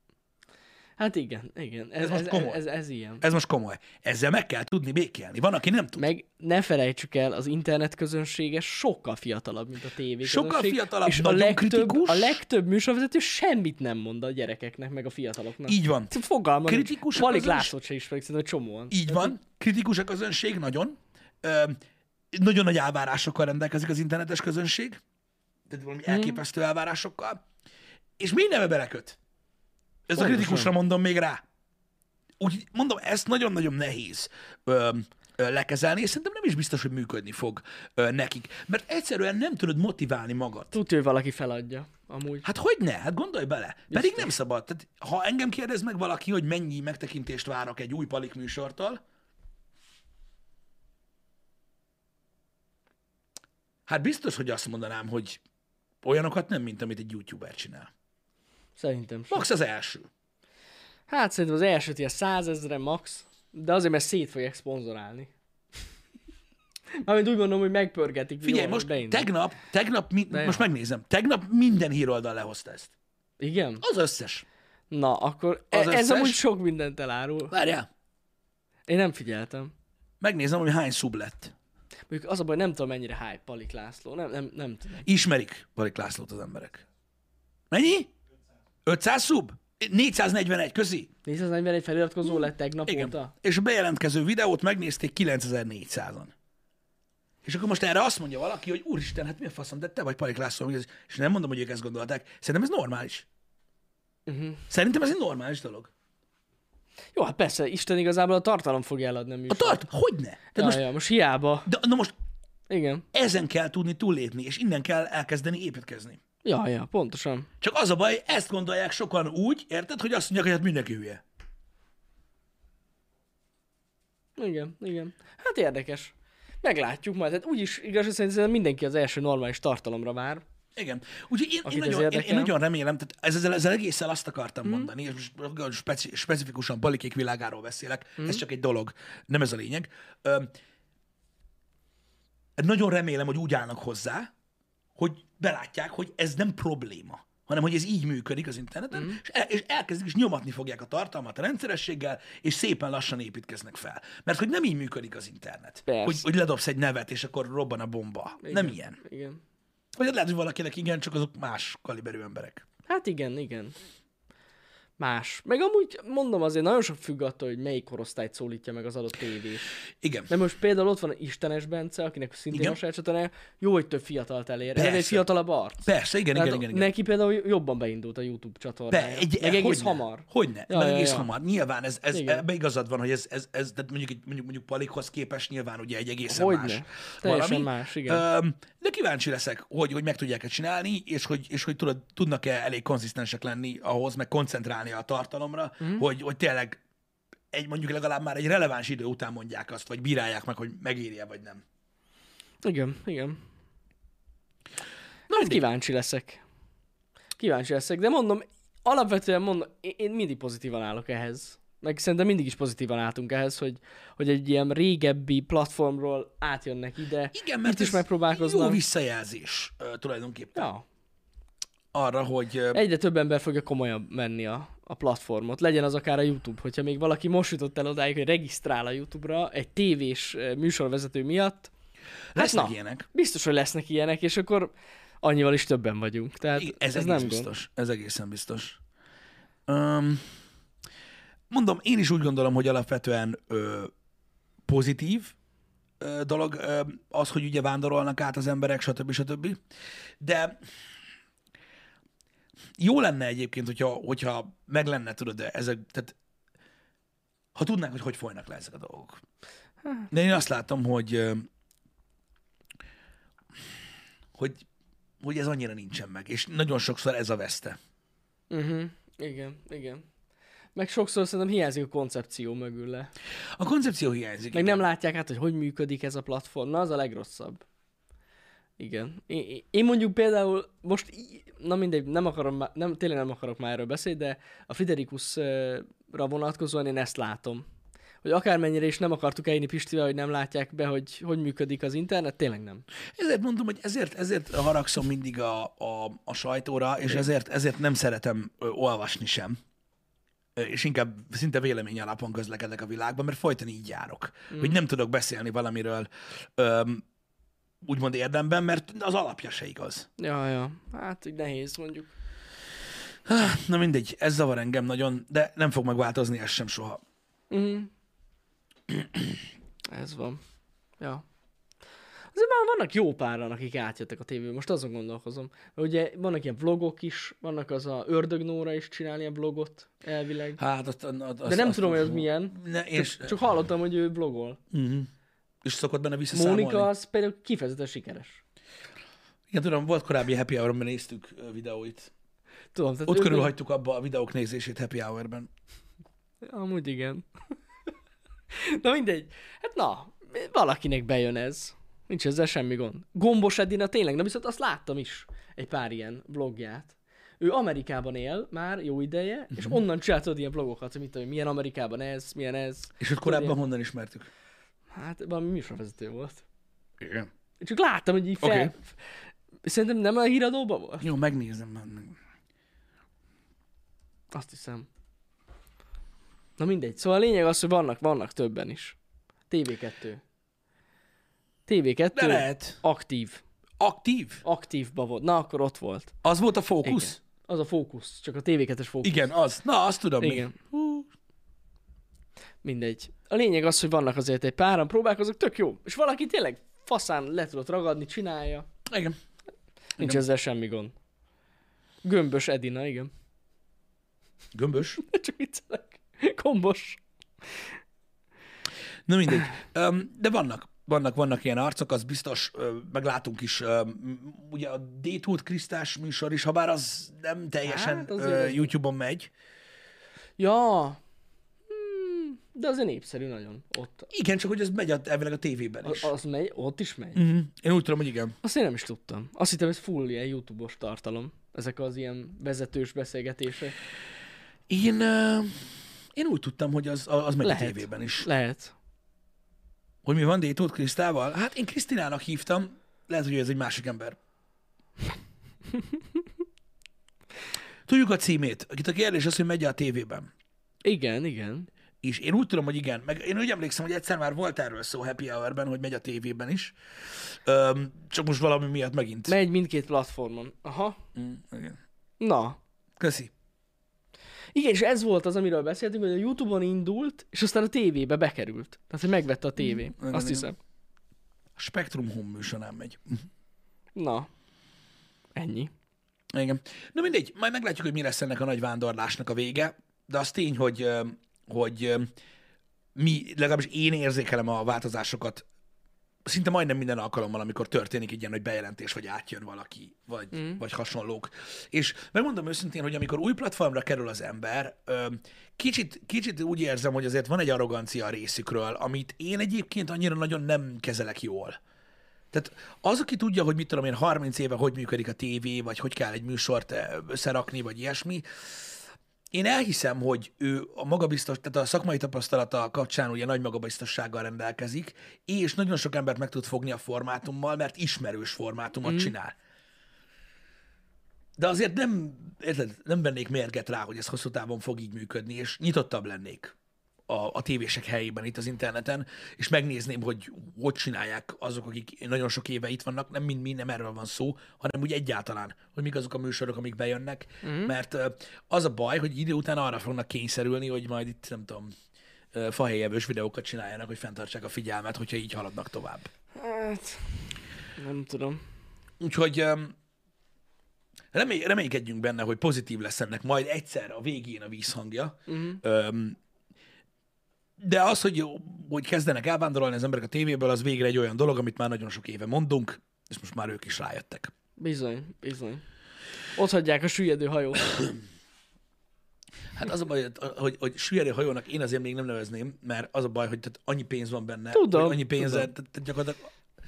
Hát igen, igen. Ez, Ez most ez, komoly. ez, ez, ez ilyen. Ez most komoly. Ezzel meg kell tudni békélni. Van, aki nem tud. Meg ne felejtsük el, az internet közönsége sokkal fiatalabb, mint a tévé Sokkal közönség, fiatalabb, és a nagyon legtöbb, kritikus. a legtöbb műsorvezető semmit nem mond a gyerekeknek, meg a fiataloknak. Így van. Fogalma. Kritikus a Alig közöns- Lászlót se ismerik, szerintem csomóan. Így van. Kritikus a közönség, nagyon. Ö, nagyon nagy elvárásokkal rendelkezik az internetes közönség. Tehát valami Hmm. elképesztő elvárásokkal. És mindenbe beleköt. Ez a Pontosan. kritikusra mondom még rá. Úgy mondom, ezt nagyon-nagyon nehéz ö, ö, lekezelni, és szerintem nem is biztos, hogy működni fog ö, nekik. Mert egyszerűen nem tudod motiválni magad. Tudja, hogy valaki feladja, amúgy. Hát hogy ne? Hát gondolj bele. Pedig nem szabad. Tehát, ha engem kérdez meg valaki, hogy mennyi megtekintést várok egy új Palik műsortól, hát biztos, hogy azt mondanám, hogy olyanokat nem, mint amit egy youtuber csinál. Szerintem sem. Max az első. Hát szerintem az elsőt ilyen százezre max, de azért, mert szét fogják szponzorálni. Mármint úgy mondom, hogy megpörgetik. Figyelj, jól, most beindul. tegnap, tegnap, mi, De most jó. megnézem, tegnap minden híroldal lehozta ezt. Igen? Az összes. Na, akkor Az e- ez összes? amúgy sok mindent elárul. Várjál, Én nem figyeltem. megnézem, hogy hány szub lett. Mondjuk az a baj, nem tudom mennyire hype Palik László. Nem, nem, nem tudom. Ismerik Palik Lászlót az emberek. Mennyi? ötszáz szub? négyszáznegyvenegy, köszi. négyszáznegyvenegy feliratkozó lett tegnap Igen. óta. És a bejelentkező videót megnézték kilencezer-négyszázan. És akkor most erre azt mondja valaki, hogy úristen, hát mi a faszom, de te vagy Palik László, hogy ez- és nem mondom, hogy ők ezt gondolták. Szerintem ez normális. Uh-huh. Szerintem ez egy normális dolog. Jó, hát persze, Isten igazából a tartalom fogja eladni a A műsort. tart, hogyne? Tehát Ja, most, ja, most hiába. de, na most Igen. ezen kell tudni túllépni, és innen kell elkezdeni építkezni. Ja, ja, pontosan. Csak az a baj, ezt gondolják sokan úgy, érted, hogy azt mondják, hogy hát mindenki hülye. Igen, igen. Hát érdekes. Meglátjuk majd. Hát úgyis igaz, hogy szerintem mindenki az első normális tartalomra vár. Igen. Úgyhogy én, én, Akit ez nagyon, én, én érdekel. nagyon remélem, tehát ez, ezzel, ezzel egészen azt akartam mm. mondani, és most speci, specifikusan Palikék világáról beszélek, mm. ez csak egy dolog, nem ez a lényeg. Ö, nagyon remélem, hogy úgy állnak hozzá, hogy belátják, hogy ez nem probléma, hanem hogy ez így működik az interneten, mm. és, el, és elkezdik, és nyomatni fogják a tartalmat a rendszerességgel, és szépen lassan építkeznek fel. Mert hogy nem így működik az internet. Persze. Hogy, hogy ledobsz egy nevet, és akkor robban a bomba. Igen, Nem ilyen. Igen. Vagy lehet, hogy valakinek igen, csak azok más kaliberű emberek. Hát igen, igen. Más. Meg amúgy mondom azért nagyon sok függ attól, hogy melyik korosztályt szólítja meg az adott tévés. Igen. De most például ott van Istenes Bence, akinek szintén Igen. a saját csatornája, jó, hogy több fiatalt elér. Ez Persze. egy fiatalabb arc. Persze, igen, Tehát igen, igen, igen. Neki például jobban beindult a YouTube csatornája. Be, egy, Meg egész hogyne, hamar. Hogyne, Ja, meg ja, egész ja. hamar. Nyilván ez, ez Igen. ebbe igazad van, hogy ez, ez, ez tehát mondjuk, egy- mondjuk, mondjuk Palikhoz képest nyilván ugye egy egészen Hogyne. más Teljesen valami. más, igen. Öm, de kíváncsi leszek, hogy, hogy meg tudják-e csinálni, és hogy, és hogy tudod, tudnak-e elég konzisztensek lenni ahhoz, meg koncentrálni a tartalomra, Mhm. hogy, hogy tényleg egy, mondjuk legalább már egy releváns idő után mondják azt, vagy bírálják meg, hogy megéri-e, vagy nem. Igen, igen. Hát mindegy. kíváncsi leszek. Kíváncsi leszek, de mondom, alapvetően mondom, én, én mindig pozitívan állok ehhez. Meg szerintem mindig is pozitívan álltunk ehhez, hogy, hogy egy ilyen régebbi platformról átjönnek ide. Igen, mert itt is ez megpróbálkoznak. jó visszajelzés uh, tulajdonképpen Ja. arra, hogy... Uh, Egyre több ember fogja komolyan menni a, a platformot. Legyen az akár a YouTube, hogyha még valaki most jutott el odáig, hogy regisztrál a YouTube-ra egy tévés eh, műsorvezető miatt. lesznek na, ilyenek. Biztos, hogy lesznek ilyenek, és akkor annyival is többen vagyunk. Tehát Igen, ez, ez egész nem gond. biztos. Ez egészen biztos. Um, mondom, én is úgy gondolom, hogy alapvetően ö, pozitív ö, dolog ö, az, hogy ugye vándorolnak át az emberek, stb. stb. De jó lenne egyébként, hogyha, hogyha meg lenne, tudod, de ezek, tehát ha tudnánk, hogy hogy folynak le ezek a dolgok. De én azt látom, hogy ö, hogy, hogy ez annyira nincsen meg, és nagyon sokszor ez a veszte. Uh-huh. Igen, igen. Meg sokszor szerintem hiányzik a koncepció mögüle. A koncepció hiányzik. Meg igen. nem látják át, hogy hogy működik ez a platform. Na, az a legrosszabb. Igen. Én, én mondjuk például most, í- na mindegy, nem akarom, má- nem, tényleg nem akarok már erről beszélni, de a Friderikusra vonatkozóan én ezt látom. Hogy akármennyire is nem akartuk elhinni Pistivel, hogy nem látják be, hogy hogy működik az internet, tényleg nem. Ezért mondom, hogy ezért, ezért haragszom mindig a, a, a sajtóra, és ezért, ezért nem szeretem ö, olvasni sem. Ö, És inkább szinte vélemény alapon közlekedek a világban, mert folyton így járok. Mm. Hogy nem tudok beszélni valamiről öm, úgymond érdemben, mert az alapja se igaz. Ja, ja. Hát így nehéz mondjuk. Na mindegy, ez zavar engem nagyon, de nem fog megváltozni ez sem soha. Mm. Ez van. Ja. Azért már vannak jó páran, akik átjöttek a tévéből. Most azon gondolkozom. Mert ugye vannak ilyen vlogok is, vannak az a Ördög Nóra is csinál ilyen vlogot elvileg. Hát, azt, azt, De nem azt, tudom, hogy az azt- milyen. Ne, én Csak, csak hallottam, hogy ő vlogol. Uh-huh. És szokott benne visszaszámolni. Mónika az például kifejezetten sikeres. Igen, tudom, volt korábbi Happy Hour-ban néztük ö, videóit. Tudom, tehát Ott ő- körülhagytuk abba a videók nézését Happy Hour-ben. Amúgy igen. Na mindegy. Hát na, valakinek bejön ez. Nincs ezzel semmi gond. Gombos Edina tényleg, na viszont azt láttam is egy pár ilyen vlogját. Ő Amerikában él már jó ideje, uh-huh. és onnan csináltad ilyen vlogokat, hogy mit tudom, milyen Amerikában ez, milyen ez. És őt korábban Tudod, honnan ismertük? Hát valami műsorvezető volt. Igen. Én csak láttam, hogy így fel... Oké. Okay. Szerintem nem a híradóban volt? Jó, megnézem. meg- Azt hiszem. Na mindegy. Szóval a lényeg az, hogy vannak, vannak többen is. té vé kettő. té vé kettő De lehet. aktív. Aktív? Aktívba volt. Na, akkor ott volt. Az volt a fókusz? Igen. Az a fókusz. Csak a té vé kettes fókusz. Igen, az. Na, azt tudom Igen. még. Hú. Mindegy. A lényeg az, hogy vannak azért egy páran, próbálkozok, tök jó. És valaki tényleg faszán le tudott ragadni, csinálja. Igen. Nincs Igen. ezzel semmi gond. Gömbös Edina, igen. Gömbös? Csak viccelek. Kombos. Na mindegy. Um, de vannak. Vannak, vannak ilyen arcok, az biztos, ö, meg látunk is, ö, m- ugye a D-Tóth Krisztás műsor is, ha bár az nem teljesen Hát, azért ö, az- YouTube-on megy. Ja. Hmm, de azért népszerű nagyon ott. Igen, csak hogy az megy a, elvileg a tévében is. Az, az megy, ott is megy. Uh-huh. Én úgy tudom, hogy igen. Azt én nem is tudtam. Azt hittem, ez full ilyen YouTube-os tartalom. Ezek az ilyen vezetős beszélgetések. Én, ö, én úgy tudtam, hogy az, az megy Lehet. a tévében is. Lehet. Hogy mi van D-Tóth Krisztával? Hát én Krisztinának hívtam, lehet, hogy ez egy másik ember. Tudjuk a címét. Itt a kérdés az, hogy megy a tévében. Igen, igen. És én úgy tudom, hogy igen. Meg én úgy emlékszem, hogy egyszer már volt erről szó Happy Hour-ben, hogy megy a tévében is. Öm, csak most valami miatt megint. Megy mindkét platformon. Aha. Mm, igen. Na. Köszi. Igen, és ez volt az, amiről beszéltünk, hogy a YouTube-on indult, és aztán a tévébe bekerült. Tehát, hogy megvette a tévé. Mm, igen, Azt igen. hiszem. A Spektrum Home műsorán megy. Na. Ennyi. Igen. Na mindegy, majd meglátjuk, hogy mi lesz ennek a nagy vándorlásnak a vége, de az tény, hogy, öm, hogy öm, mi, legalábbis én érzékelem a változásokat szinte majdnem minden alkalommal, amikor történik egy ilyen nagy bejelentés, vagy átjön valaki, vagy, mm. vagy hasonlók. És megmondom őszintén, hogy amikor új platformra kerül az ember, öm, kicsit, kicsit úgy érzem, hogy azért van egy arrogancia a részükről, amit én egyébként annyira nagyon nem kezelek jól. Tehát az, aki tudja, hogy mit tudom én, harminc éve hogy működik a tévé, vagy hogy kell egy műsort összerakni, vagy ilyesmi, én elhiszem, hogy ő a magabiztos, tehát a szakmai tapasztalata kapcsán ugye nagy magabiztossággal rendelkezik, és nagyon sok embert meg tud fogni a formátummal, mert ismerős formátumot mm. csinál. De azért nem, érted, nem vennék mérget rá, hogy ez hosszú távon fog így működni, és nyitottabb lennék a, a tévések helyében itt az interneten, és megnézném, hogy hogy csinálják azok, akik nagyon sok éve itt vannak, nem mind, mind nem erről van szó, hanem úgy egyáltalán, hogy mik azok a műsorok, amik bejönnek, mm. mert az a baj, hogy idő után arra fognak kényszerülni, hogy majd itt, nem tudom, fahéjevős videókat csináljanak, hogy fenntartsák a figyelmet, hogyha így haladnak tovább. Hát, nem tudom. Úgyhogy remély, reménykedjünk benne, hogy pozitív lesz ennek majd egyszer a végén a vízhangja. Mm. De az, hogy, hogy kezdenek elvándorolni az emberek a tévéből, az végre egy olyan dolog, amit már nagyon sok éve mondunk, és most már ők is rájöttek. Bizony, bizony. Ott hagyják a süllyedő hajót. Hát az a baj, hogy, hogy süllyedő hajónak én azért még nem nevezném, mert az a baj, hogy tehát annyi pénz van benne, tudom, hogy annyi pénz, tudom. Tehát gyakorlatilag...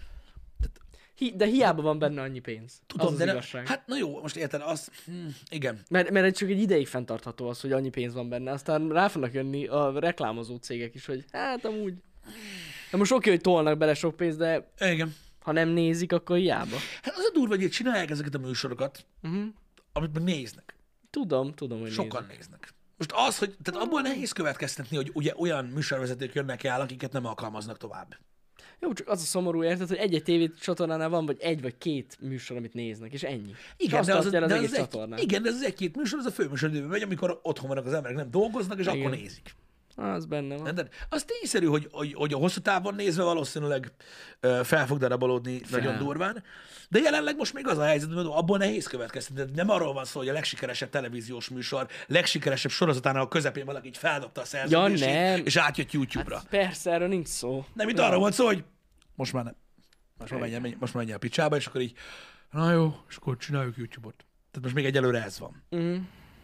Hi, de hiába van benne annyi pénz. Tudom, az az de nem, igazság. hát na jó, most érted, az, hm, igen. Mert, mert csak egy ideig fenntartható az, hogy annyi pénz van benne. Aztán rá fognak jönni a reklámozó cégek is, hogy hát amúgy... De most oké, hogy tolnak bele sok pénzt, de Igen. ha nem nézik, akkor hiába. Hát az a durva, hogy itt csinálják ezeket a műsorokat, Uh-huh. amit meg néznek. Tudom, tudom, hogy Sokan nézik. néznek. Most az, hogy, tehát abból nehéz következtetni, hogy ugye olyan műsorvezetők jönnek el, akiket nem alkalmaznak tovább. Jó, csak az a szomorú, érted, hogy egy-egy tévécsatornánál van, vagy egy vagy két műsor, amit néznek, és ennyi. Igen, és de az, az, de az, az, egész az egy, csatornán. igen, de ez az egy-két műsor, az a főműsoridőben megy, amikor otthon vannak az emberek, nem dolgoznak, és Igen. akkor nézik. Az benne van. De az tényszerű, hogy, hogy, hogy a hosszú távon nézve valószínűleg uh, fel fog darabolódni fel. Nagyon durván. De jelenleg most még az a helyzet, hogy abból nehéz következtetni. Nem arról van szó, hogy a legsikeresebb televíziós műsor, legsikeresebb sorozatánál a közepén valaki így feldobta a szerződését, Ja, nem. és átjött YouTube-ra. Hát persze, erről nincs szó. Nem, itt arról volt szó, hogy most már nem. Most már menjen, menjen, most már menjen a picsába, és akkor így, na jó, és akkor csináljuk YouTube-ot. Tehát most még egyelőre ez van. Mm.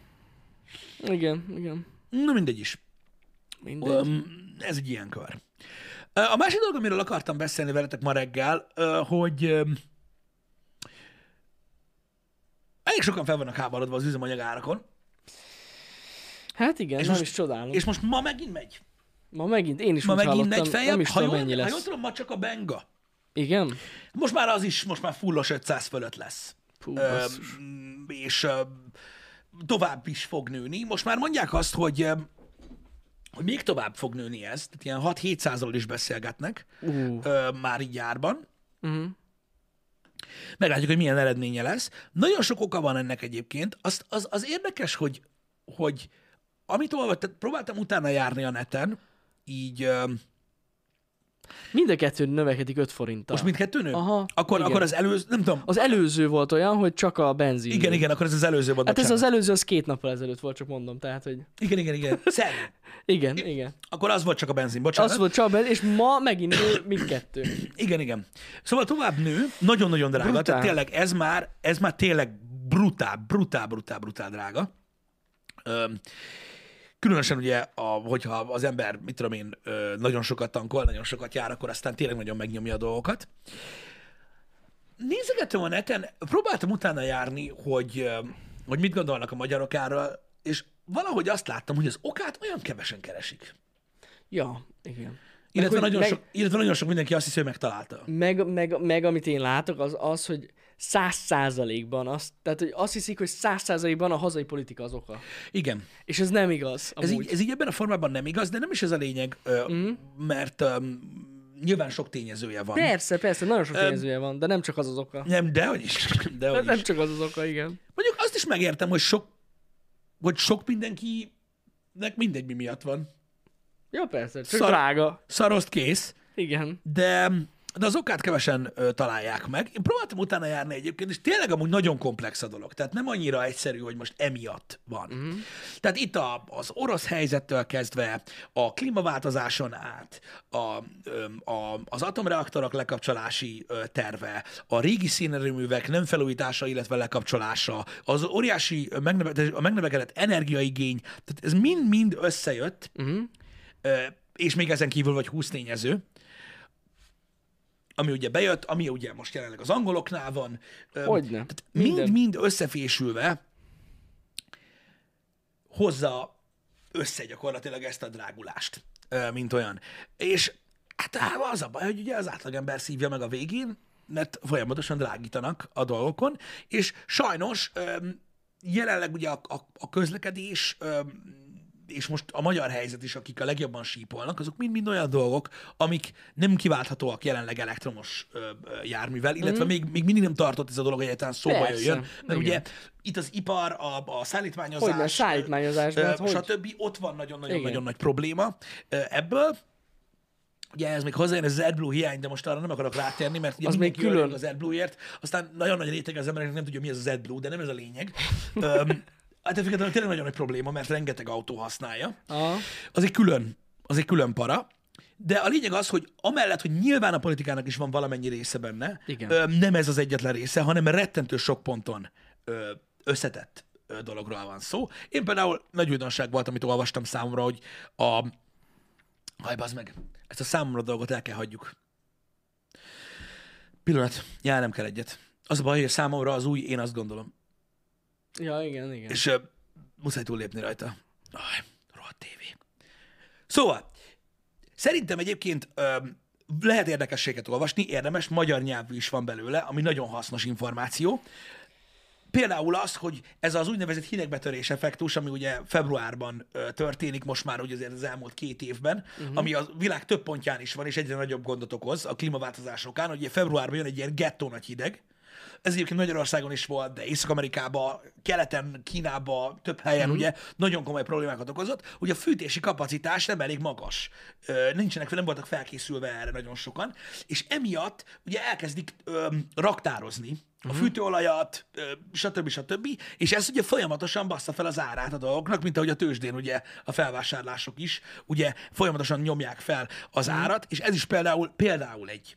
Igen, igen. Na mindegy is. Mindegy. Um, ez egy ilyen kör. A másik dolog, amiről akartam beszélni veletek ma reggel, hogy elég sokan fel vannak háborodva az üzemanyag árakon. Hát igen, és nem most, is csodálom. És most ma megint megy. Ma megint, én is Ma úgy megint hallottam, megy feljebb. nem is Ha tudom, jól, mennyi ha lesz. jól tudom, ma csak a benga. Igen? Most már az is, most már fullos ötszáz fölött lesz. Pú, Ö, basszus. és ö, tovább is fog nőni. Most már mondják azt, hogy, ö, hogy még tovább fog nőni ez. Tehát ilyen hat-hétszázról is beszélgetnek Uh. ö, már így járban. Uh-huh. Meglátjuk, hogy milyen eredménye lesz. Nagyon sok oka van ennek egyébként. Az, az, az érdekes, hogy, hogy amit olvastam, próbáltam utána járni a neten, így... ö, Mind a kettő növekedik öt forinttal. Most mindkettő nő? Aha, Akkor, igen. akkor az előző, nem tudom. Az előző volt olyan, hogy csak a benzin. Igen, igen, akkor ez az előző volt. Hát ez bocsánat. az előző, az két nappal ezelőtt volt, csak mondom, tehát, hogy... Igen, igen, igen. Szerű. Igen, igen. Akkor az volt csak a benzin, bocsánat. Az volt csak a benzin, és ma megint nő mindkettő. Igen, igen. Szóval tovább nő, nagyon-nagyon drága. Brutál. Tehát tényleg ez már, ez már tényleg brutál, brutál, brutál, brutál drága. Öm, Különösen ugye, a, hogyha az ember, mit tudom én, ö, nagyon sokat tankol, nagyon sokat jár, akkor aztán tényleg nagyon megnyomja a dolgokat. Nézegettem a neten, próbáltam utána járni, hogy, ö, hogy mit gondolnak a magyarok erről, és valahogy azt láttam, hogy az okát olyan kevesen keresik. Ja, igen. Illetve, hogy nagyon, meg- sok, illetve nagyon sok mindenki azt hiszi, hogy megtalálta. Meg, meg, meg amit én látok, az az, hogy száz százalékban azt, tehát hogy azt hiszik, hogy száz százalékban a hazai politika az oka. Igen. És ez nem igaz. Ez Amúgy. így, ez így ebben a formában nem igaz, de nem is ez a lényeg, ö, Mhm. mert ö, nyilván sok tényezője van. Persze, persze, nagyon sok Öm, tényezője van, de nem csak az az oka. Nem, dehogy is. Dehogy Nem is. csak az az oka, igen. Mondjuk azt is megértem, hogy sok, hogy sok mindenkinek mindegy mi miatt van. Ja, persze, csak Szar- drága. Szaroszt kész, Igen. de, de az okát kevesen ö, találják meg. Én próbáltam utána járni egyébként, és tényleg amúgy nagyon komplex a dolog. Tehát nem annyira egyszerű, hogy most emiatt van. Mhm. Tehát itt a, az orosz helyzettől kezdve, a klímaváltozáson át, a, öm, a, az atomreaktorok lekapcsolási ö, terve, a régi szénerőművek nem felújítása, illetve lekapcsolása, az óriási ö, megneve, a megnövekedett energiaigény, tehát ez mind-mind összejött, Uh-huh. ö, és még ezen kívül vagy húsz tényező, ami ugye bejött, ami ugye most jelenleg az angoloknál van. Hogyne. Tehát Minden. mind-mind összefésülve hozza össze gyakorlatilag ezt a drágulást, mint olyan. És hát az a baj, hogy ugye az átlagember szívja meg a végén, mert folyamatosan drágítanak a dolgokon, és sajnos jelenleg ugye a, a, a közlekedés és most a magyar helyzet is, akik a legjobban sípolnak, azok mind-mind olyan dolgok, amik nem kiválthatóak jelenleg elektromos ö, ö, járművel, illetve mm. még, még mindig nem tartott ez a dolog, hogy egyáltalán szóba Persze, jöjjön. Mert igen. ugye itt az ipar, a, a szállítmányozás, Hogyne, szállítmányozás, ö, mert hogy? stb. Ott van nagyon-nagyon-nagyon nagy probléma ö, ebből. Ugye ez még hozzájön, ez az AdBlue hiány, de most arra nem akarok rátérni, mert ugye az még külön az AdBlue-ért, aztán nagyon nagy réteg az embereknek nem tudja, mi az az AdBlue, de nem ez a lényeg. Öm, hát függetlenül tényleg nagyon nagy probléma, mert rengeteg autó használja. Aha. Az egy külön, az egy külön para. De a lényeg az, hogy amellett, hogy nyilván a politikának is van valamennyi része benne, öm, nem ez az egyetlen része, hanem rettentő sok ponton ö, összetett ö, dologról van szó. Én például nagy újdonság volt, amit olvastam számomra, hogy a haj, bazd meg, ezt a számomra dolgot el kell hagyjuk. Pillanat, já, nem kell egyet. Az a baj, hogy számomra az új, én azt gondolom. Ja, igen, igen. És uh, muszáj túllépni rajta. Aj, rohadt tévé. Szóval, szerintem egyébként uh, lehet érdekességet olvasni, érdemes, magyar nyelvű is van belőle, ami nagyon hasznos információ. Például az, hogy ez az úgynevezett hidegbetörés effektus, ami ugye februárban ö, történik most már ugye azért az elmúlt két évben, uh-huh. ami a világ több pontján is van, és egyre nagyobb gondot okoz a klímaváltozás okán, hogy ugye februárban jön egy ilyen gettó nagy hideg. Ez egyébként Magyarországon is volt, de Észak-Amerikában, keleten, Kínában, több helyen uh-huh. ugye nagyon komoly problémákat okozott. Ugye a fűtési kapacitás nem elég magas. Ö, nincsenek, nem voltak felkészülve erre nagyon sokan, és emiatt ugye elkezdik ö, raktározni a fűtőolajat, stb. stb. És ez ugye folyamatosan bassza fel az árát a dolgoknak, mint ahogy a tőzsdén ugye a felvásárlások is, ugye folyamatosan nyomják fel az mm. árat, és ez is például, például egy,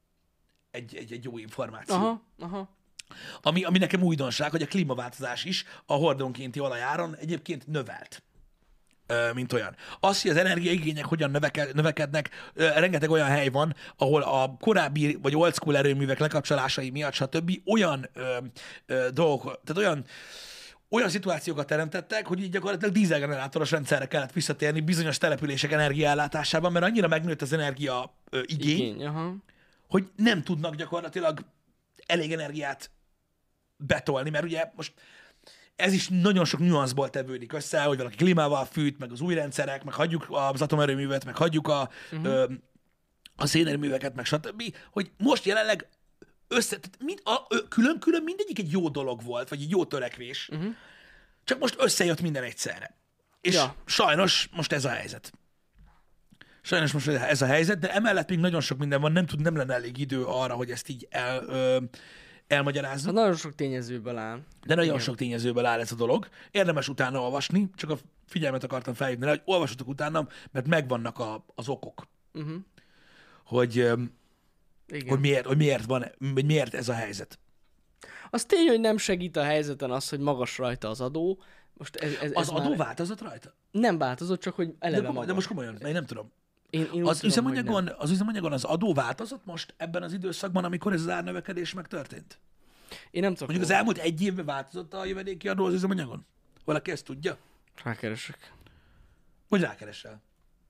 egy, egy, egy jó információ. Aha, aha. Ami, ami nekem újdonság, hogy a klímaváltozás is a hordonkénti olajáron egyébként növelt, mint olyan. Az, hogy az energiaigények hogyan növeke, növekednek, rengeteg olyan hely van, ahol a korábbi vagy old school erőművek lekapcsolásai miatt, stb. Olyan ö, ö, dolgok, tehát olyan, olyan szituációkat teremtettek, hogy így gyakorlatilag dízelgenerátoros rendszerre kellett visszatérni bizonyos települések energiaellátásában, mert annyira megnőtt az energia ö, igény, Igény, aha. hogy nem tudnak gyakorlatilag elég energiát betolni, mert ugye most ez is nagyon sok nüanszból tevődik össze, hogy valaki klímával fűt, meg az új rendszerek, meg hagyjuk az atomerőművet, meg hagyjuk a, uh-huh. ö, a szénerőműveket, meg stb., hogy most jelenleg össze, tehát mind, a, ö, külön-külön mindegyik egy jó dolog volt, vagy egy jó törekvés, uh-huh. csak most összejött minden egyszerre. És ja. sajnos most ez a helyzet. Sajnos most ez a helyzet, de emellett még nagyon sok minden van, nem tud, nem lenne elég idő arra, hogy ezt így el... Ö, elmagyarázzuk. Hát nagyon sok tényezőből áll. De nagyon Igen. sok tényezőből áll ez a dolog. Érdemes utána olvasni, csak a figyelmet akartam felhívni rá, hogy olvassatok utána, mert megvannak a, az okok. Uh-huh. Hogy, Igen. hogy, miért, hogy, miért van, hogy miért ez a helyzet. Az tény, hogy nem segít a helyzeten az, hogy magas rajta az adó. Most ez, ez, az ez adó már... változott rajta? Nem változott, csak hogy eleve de, magas. De most komolyan, én nem tudom. Én, én az, tudom, üzemanyagon, az üzemanyagon az adó változott most ebben az időszakban, amikor ez az árnövekedés megtörtént? Én nem tudom. Mondjuk az elmúlt egy évben változott a jövedéki adó az üzemanyagon? Valaki ezt tudja? Rákeresek. Vagy rákeresel?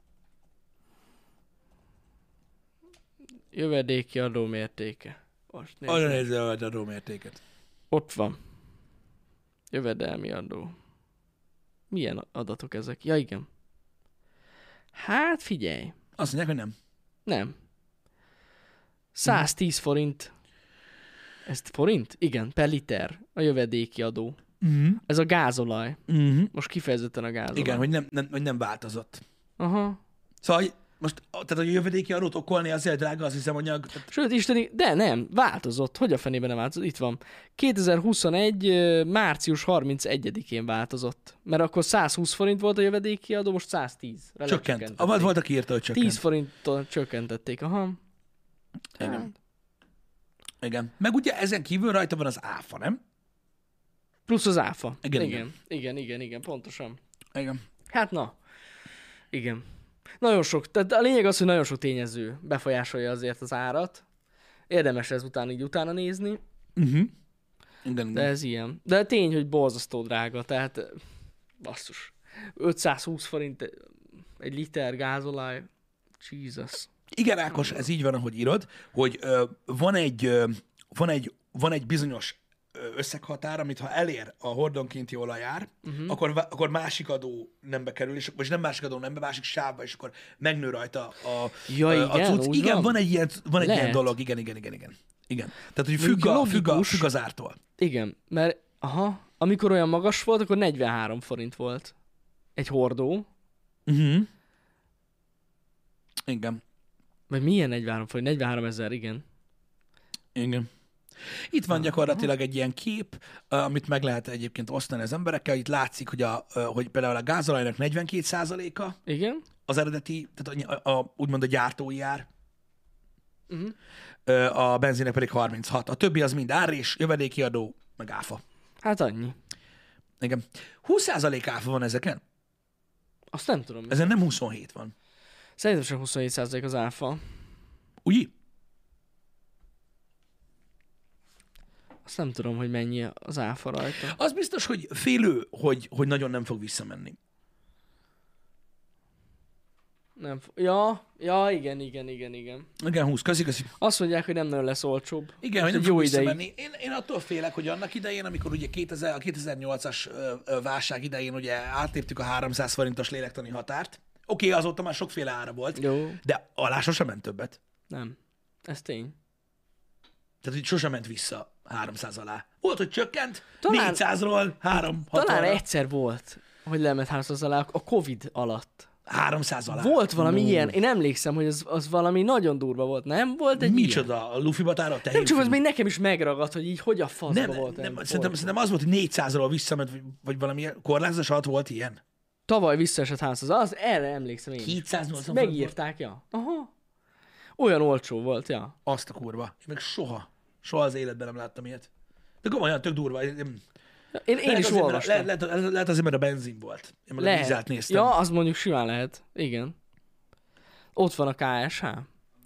Jövedéki adó mértéke. Most arra nézze az adó mértéket. Ott van. Jövedelmi adó. Milyen adatok ezek? Ja, igen. Hát figyelj. Azt mondják, hogy nem. Nem. száztíz forint. Ez forint? Igen, per liter a jövedéki adó. Uh-huh. Ez a gázolaj. Uh-huh. Most kifejezetten a gázolaj. Igen, hogy nem, nem, hogy nem változott. Aha. Szóval most, tehát a jövedéki adót okolni azért drága az üzemanyag. Tehát... Sőt, isteni, de nem, változott. Hogy a fenében nem változott? Itt van. kétezer-huszonegy. március harmincegyedikén változott. Mert akkor százhúsz forint volt a jövedéki adó, most száztíz. Csökkent.Avad volt, aki írta, hogy csökkent. tíz forinttól csökkentették. Aha. Igen. Hát. Igen. Meg ugye ezen kívül rajta van az áfa, nem? Plusz az áfa. Igen, igen. igen, igen, igen, igen, pontosan. Igen. Hát na. Igen. Nagyon sok, tehát a lényeg az, hogy nagyon sok tényező befolyásolja azért az árat. Érdemes ezután így utána nézni, Uh-huh. Igen, de igen. ez ilyen. De tény, hogy borzasztó drága, tehát basszus. ötszázhúsz forint egy liter gázolaj. Jesus. Igen, Ákos, ez így van, ahogy írod, hogy ö, van, egy, ö, van, egy, van egy bizonyos ö, összeghatár, amit ha elér a hordonkénti olajár, uh-huh. akkor, va- akkor másik adó nem bekerül, és vagy nem másik adó nem be, másik sávba, és akkor megnő rajta a, Ja, ö, a igen, cucc. úgy Igen, van? van egy ilyen, van egy ilyen Lehet. dolog, igen, igen, igen, igen. Igen. Tehát, hogy Mondjuk függ, a, függ, a, logikus. függ az ártól. Igen, mert aha, amikor olyan magas volt, akkor negyvenhárom forint volt egy hordó. Uh-huh. Igen. Vagy milyen negyvenhárom forint? negyvenhárom ezer, igen. Igen. Itt van gyakorlatilag egy ilyen kép, uh, amit meg lehet egyébként osztani az emberekkel. Itt látszik, hogy, a, uh, hogy például a gázolajnak negyvenkét százaléka Igen? az eredeti, tehát a, a, úgymond a gyártói ár, Uh-huh. uh, a benzinek pedig harminchat. A többi az mind ár és jövedéki adó, meg áfa. Hát annyi. Igen. húsz százalék áfa van ezeken? Azt nem tudom. Ezen nem huszonhét van. Szerintem csak huszonhét százalék az áfa. Ugye? Azt nem tudom, hogy mennyi az áfa rajta. Az biztos, hogy félő, hogy, hogy nagyon nem fog visszamenni. Nem f- ja, ja, igen, igen, igen, igen. Igen, húsz, köszi, köszi. Azt mondják, hogy nem nagyon lesz olcsóbb. Igen, hogy nem Egy fog jó ideig. visszamenni. Én, én attól félek, hogy annak idején, amikor ugye kétezer, a kétezer-nyolcas ö, ö, válság idején ugye átléptük a háromszáz forintos lélektani határt. Oké, okay, azóta már sokféle ára volt, Jó, de alá sosem ment többet. nem. Ez tény. Tehát, hogy sosem ment vissza háromszáz alá. Volt, hogy csökkent, Talán- négyszázról háromszázhatvanra. Talán egyszer volt, hogy lement háromszáz alá a Covid alatt. háromszáz alá. Volt valami Ú, ilyen, én emlékszem, hogy az, az valami nagyon durva volt, nem? Volt egy ilyen? Micsoda, a Luffy batára? Nem csak az még nekem is megragadt, hogy így hogy a faszba nem, volt. nem, egy szerintem, volt. szerintem az volt, hogy négyszázról visszament, vagy, vagy valami ilyen korlátozás alatt volt ilyen. Tavaly visszaesett háromszáz, az erre emlékszem én is. kétszáznyolcvan forint volt. Megírták, ja. Aha. Olyan olcsó volt, ja. Azt a kurva. Én meg soha, soha az életben nem láttam ilyet. De komolyan, tök durva. Én, Én, én lehet is azért, olvastam. Lehet, lehet, lehet, lehet azért, mert a benzin volt. Én meg a dízelt néztem. Ja, az mondjuk simán lehet. Igen. Ott van a ká es há.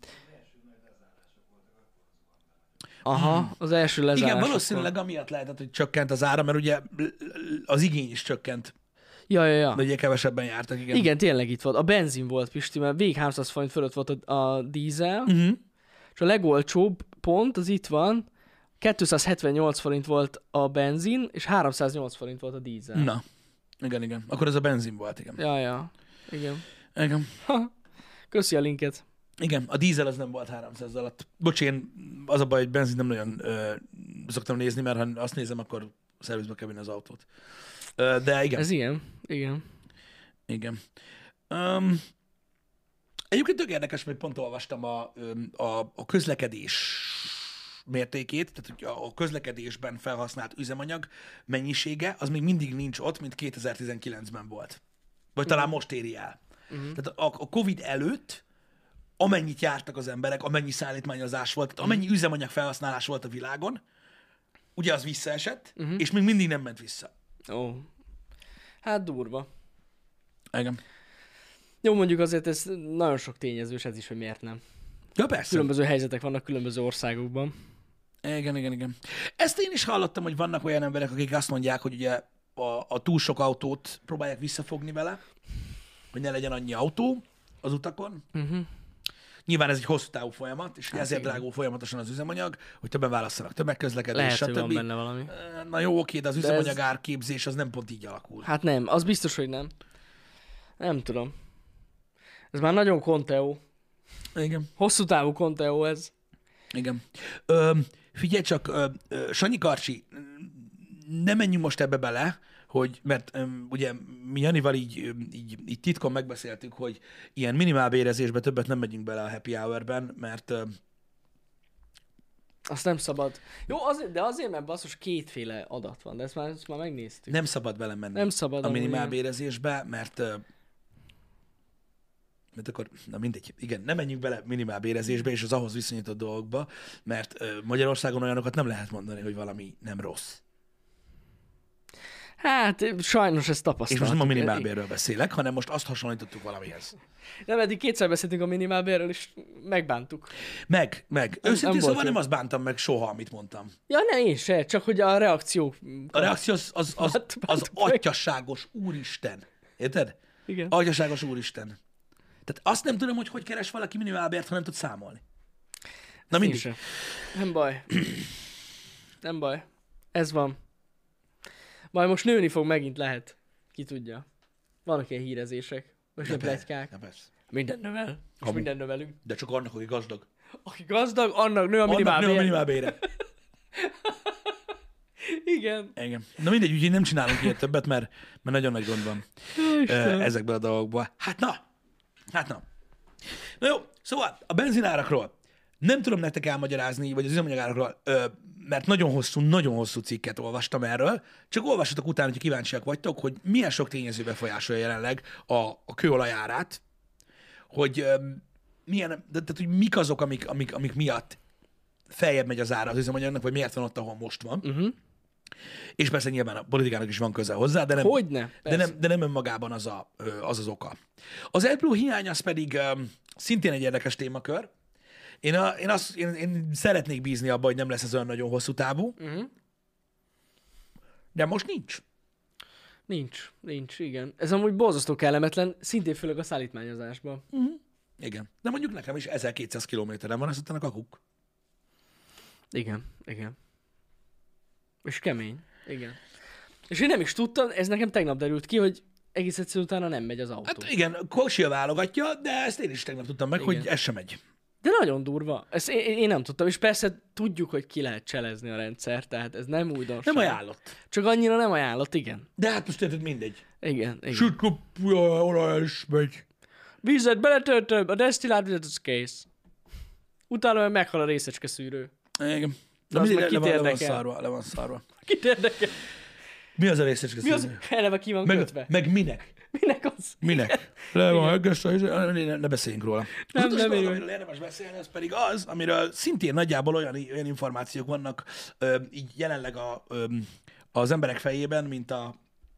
Aha, az első lezárás. Igen, valószínűleg amiatt lehetett, hogy csökkent az ára, mert ugye az igény is csökkent. Ja, ja, ja. De ugye kevesebben jártak, igen. Igen, tényleg itt volt. A benzin volt, Pisti, mert végig háromszáz forint fölött volt a, a dízel, Uh-huh. és a legolcsóbb pont, az itt van, kétszázhetvennyolc forint volt a benzin, és háromszáznyolc forint volt a dízel. Na. Igen, igen. Akkor ez a benzin volt, igen. Ja, ja. Igen. Igen. Ha. Köszi a linket. Igen, a dízel az nem volt háromszáz alatt. Bocs, én az a baj, hogy benzin nem nagyon ö, szoktam nézni, mert ha azt nézem, akkor szervizbe kell vinni az autót. Ö, de igen. Ez ilyen. Igen. Igen. Um, egyébként tök érdekes, mert pont olvastam a, öm, a, a közlekedés mértékét, tehát hogy a közlekedésben felhasznált üzemanyag mennyisége, az még mindig nincs ott, mint kétezer-tizenkilencben volt. Vagy talán most éri el. Uh-huh. Tehát a, a Covid előtt amennyit jártak az emberek, amennyi szállítmányozás volt, tehát amennyi üzemanyag felhasználás volt a világon, ugye az visszaesett, uh-huh. és még mindig nem ment vissza. Ó. Hát durva. Igen. Jó, mondjuk azért ez nagyon sok tényezős ez is, hogy miért nem. Ja, persze. Különböző helyzetek vannak különböző országokban. Igen, igen, igen. Ezt én is hallottam, hogy vannak olyan emberek, akik azt mondják, hogy ugye a, a túl sok autót próbálják visszafogni vele, hogy ne legyen annyi autó az utakon. Uh-huh. Nyilván ez egy hosszú távú folyamat, és Hát ezért igen. drágul folyamatosan az üzemanyag, hogy többen válasszanak tömegközlekedés, Lehet, hogy van stb. benne valami. Na jó, oké, de az De üzemanyag ez- árképzés az nem pont így alakul. Hát nem, az biztos, hogy nem. Nem tudom. Ez már nagyon konteó. Igen. Hosszú távú konteó ez. Igen. Ö, figyelj csak, ö, ö, Sanyi Karcsi, ne menjünk most ebbe bele, hogy, mert ö, ugye mi Janival így, ö, így, így titkon megbeszéltük, hogy ilyen minimálbérezésbe többet nem megyünk bele a happy hour-ben, mert ö, Azt nem szabad. Jó, azért, de azért, mert basszus kétféle adat van, de ezt már, ezt már megnéztük. nem szabad vele menni Nem szabad a amúgy, minimálbérezésbe, mert ö, mert akkor, na mindegy, igen, nem menjünk bele minimálbérezésbe és az ahhoz viszonyított dolgokba, mert ö, Magyarországon olyanokat nem lehet mondani, hogy valami nem rossz. Hát sajnos ezt És tapasztaltuk. most nem a minimálbérről beszélek, hanem most azt hasonlítottuk valamihez. Nem, eddig kétszer beszéltünk a minimálbérről, és megbántuk. Meg, meg. Nem- Őszintén nem volt szóval jó. nem azt bántam meg soha, amit mondtam. Ja, ne, én se, csak hogy a reakció... A reakció az, az, az, Bánt- az bántuk meg. atyaságos úristen. Érted? Igen. Atyaságos úristen. Tehát azt nem tudom, hogy hogy keres valaki minimálbért, ha nem tud számolni. Na Én mindig. sem. Nem baj. Nem baj. Ez van. Majd most nőni fog megint, lehet. Ki tudja. Vannak ilyen hírezések. Most ilyen pletykák. Ja, persze. Minden növel. Most Hamu. minden növelünk. De csak annak, aki gazdag. Aki gazdag, annak nő a Annak minimálbér. nő a minimálbére. Igen. Igen. Na mindegy, úgyhogy nem csinálunk ilyet többet, mert, mert nagyon nagy gond van ö, ezekben a dolgokban. Hát na! Hát na! Na jó, szóval a benzinárakról nem tudom nektek elmagyarázni, vagy az üzemanyagárakról, ö, mert nagyon hosszú, nagyon hosszú cikket olvastam erről, csak olvassatok utána, hogyha kíváncsiak vagytok, hogy milyen sok tényező befolyásolja jelenleg a, a kőolaj árát, hogy ö, milyen, de, tehát, hogy mik azok, amik, amik, amik miatt feljebb megy az ára az üzemanyagnak, vagy miért van ott, ahol most van. Uh-huh. És persze nyilván a politikának is van köze hozzá, de nem, Hogyne? de nem, de nem önmagában az, a, ö, az az oka. Az AdBlue hiány az pedig um, szintén egy érdekes témakör. Én, a, én, azt, én, én szeretnék bízni abba, hogy nem lesz ez olyan nagyon hosszú távú, Uh-huh. de most nincs. Nincs, nincs, igen. Ez amúgy borzasztó kellemetlen, szintén főleg a szállítmányozásban. Igen. De mondjuk nekem is ezerkétszáz kilométeren van, ezt utána kakuk. Igen, igen. És kemény, igen. És én nem is tudtam, ez nekem tegnap derült ki, hogy egész egyszerűen utána nem megy az autó. Hát igen, Kosia válogatja, de ezt én is tegnap tudtam meg, Igen. hogy ez sem megy. De nagyon durva. Ezt én, én nem tudtam, és persze tudjuk, hogy ki lehet cselezni a rendszer, tehát ez nem újdonság. Nem ajánlott. Csak annyira nem ajánlott, igen. De hát most érted, mindegy. Igen, igen. Süt, kopja, olaj, és megy. Vizet beletöltöm, a desztillált vizet, az kész. Utána meg meghal a részecske szűrő. Igen. De De az mindegy, meg le, kit van, le van érdekel? szarva, le van szarva. Kit érdekel? Mi az a részecske Mi az? szűrő? Eleve ki van Meg, kötve. meg minek? Minek az? Minek? Le van heggesztve, ne, ne beszéljünk róla. Nem, Az utolsó nem dolog, érünk. amiről érdemes beszélni, az pedig az, amiről szintén nagyjából olyan, olyan információk vannak ö, így jelenleg a, ö, az emberek fejében, mint a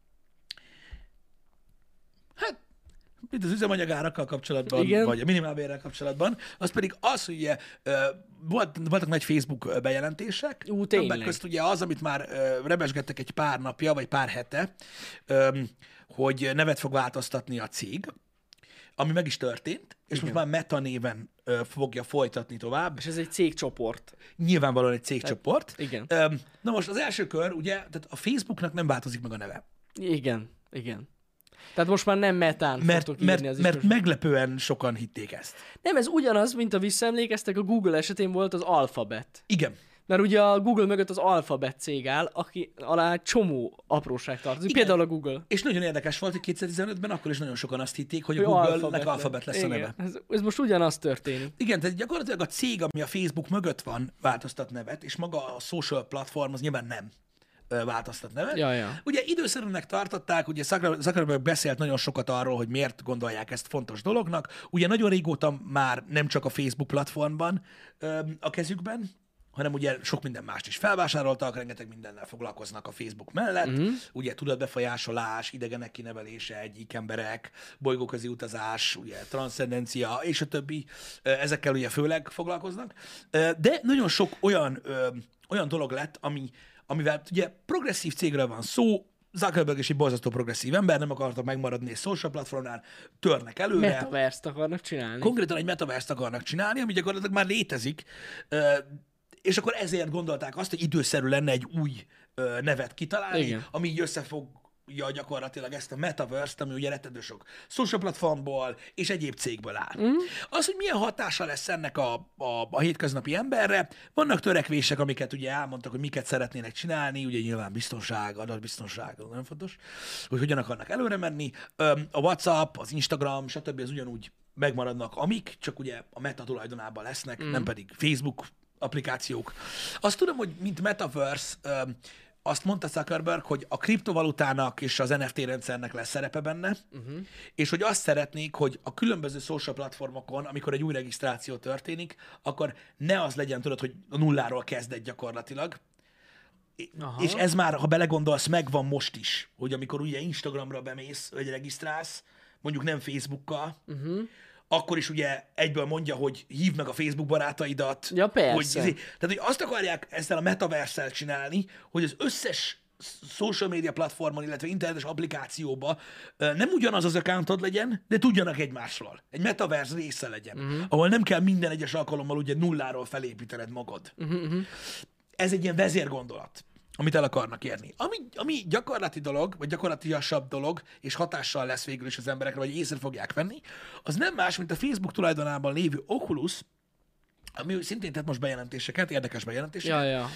hát, mint az üzemanyagárakkal kapcsolatban, Igen. vagy a minimálbérrel kapcsolatban, az pedig az, hogy ugye, ö, volt, voltak nagy Facebook bejelentések, Ú, többek tényleg. közt ugye az, amit már ö, rebesgettek egy pár napja, vagy pár hete, ö, hogy nevet fog változtatni a cég, ami meg is történt, és most már Meta néven ö, fogja folytatni tovább. És ez egy cégcsoport. Nyilvánvalóan egy cégcsoport. Igen. Ö, na most az első kör, ugye, tehát a Facebooknak nem változik meg a neve. Igen, igen. Tehát most már nem metán Mert, fogtok írni mert, az mert ismerős- meglepően sokan hitték ezt. Nem, ez ugyanaz, mint a visszaemlékeztek, a Google esetén volt az Alphabet. Igen. Mert ugye a Google mögött az Alphabet cég áll, aki alá egy csomó apróság tartozik. Igen. Például a Google. És nagyon érdekes volt, hogy kétezer-tizenötben akkor is nagyon sokan azt hitték, hogy a Hogy Google-nek alfabet lesz a Igen. neve. Ez, ez most ugyanaz történik. Igen, tehát gyakorlatilag a cég, ami a Facebook mögött van, változtat nevet, és maga a social platform az nyilván nem ö, változtat nevet. Ja, ja. Ugye időszerűnek tartották, ugye Zucker- Zuckerberg beszélt nagyon sokat arról, hogy miért gondolják ezt fontos dolognak. Ugye nagyon régóta már nem csak a Facebook platformban ö, a kezükben, hanem ugye sok minden mást is felvásároltak, rengeteg mindennel foglalkoznak a Facebook mellett. Mhm. Mm-hmm. Ugye tudatbefolyásolás, idegenek kinevelése, egyik emberek, bolygóközi utazás, ugye transzcendencia, és a többi. Ö, Ezekkel ugye főleg foglalkoznak. Ö, De nagyon sok olyan, ö, olyan dolog lett, ami, amivel ugye progresszív cégről van szó, Zuckerberg is egy borzasztó progresszív ember, nem akartak megmaradni egy social platformnál, törnek előre. Metaverse-t akarnak csinálni. Konkrétan egy metaverse-t akarnak csinálni, ami gyakorlatilag már létezik, ö, és akkor ezért gondolták azt, hogy időszerű lenne egy új ö, nevet kitalálni, Igen. ami így összefogja gyakorlatilag ezt a metaverse-t, ami ugye rettentő sok social platformból és egyéb cégből áll. Mm. Az, hogy milyen hatása lesz ennek a, a, a hétköznapi emberre, vannak törekvések, amiket ugye elmondtak, hogy miket szeretnének csinálni, ugye nyilván biztonság, adatbiztonság, az nagyon fontos, hogy hogyan akarnak előre menni. Ö, A WhatsApp, az Instagram, stb. Az ugyanúgy megmaradnak, amik, csak ugye a Meta tulajdonában lesznek, mm. nem pedig Facebook applikációk. Azt tudom, hogy mint Metaverse, ö, azt mondta Zuckerberg, hogy a kriptovalutának és az en ef té rendszernek lesz szerepe benne, uh-huh. és hogy azt szeretnék, hogy a különböző social platformokon, amikor egy új regisztráció történik, akkor ne az legyen, tudod, hogy a nulláról kezdett gyakorlatilag, Aha. És ez már, ha belegondolsz, megvan most is, hogy amikor ugye Instagramra bemész, vagy regisztrálsz, mondjuk nem Facebookkal, uh-huh. akkor is ugye egyből mondja, hogy hívd meg a Facebook barátaidat. Ja, persze. Hogy, tehát, hogy azt akarják ezzel a metaverse-szel csinálni, hogy az összes social media platformon, illetve internetes applikációba nem ugyanaz az accountod legyen, de tudjanak egymásról. Egy metaverse része legyen, uh-huh. ahol nem kell minden egyes alkalommal ugye nulláról felépítened magad. Uh-huh. Ez egy ilyen vezérgondolat, amit el akarnak érni. Ami, ami gyakorlati dolog, vagy gyakorlatiasabb dolog, és hatással lesz végül is az emberekre, vagy észre fogják venni, az nem más, mint a Facebook tulajdonában lévő Oculus, ami szintén tett most bejelentéseket, érdekes bejelentéseket. Ja, ja.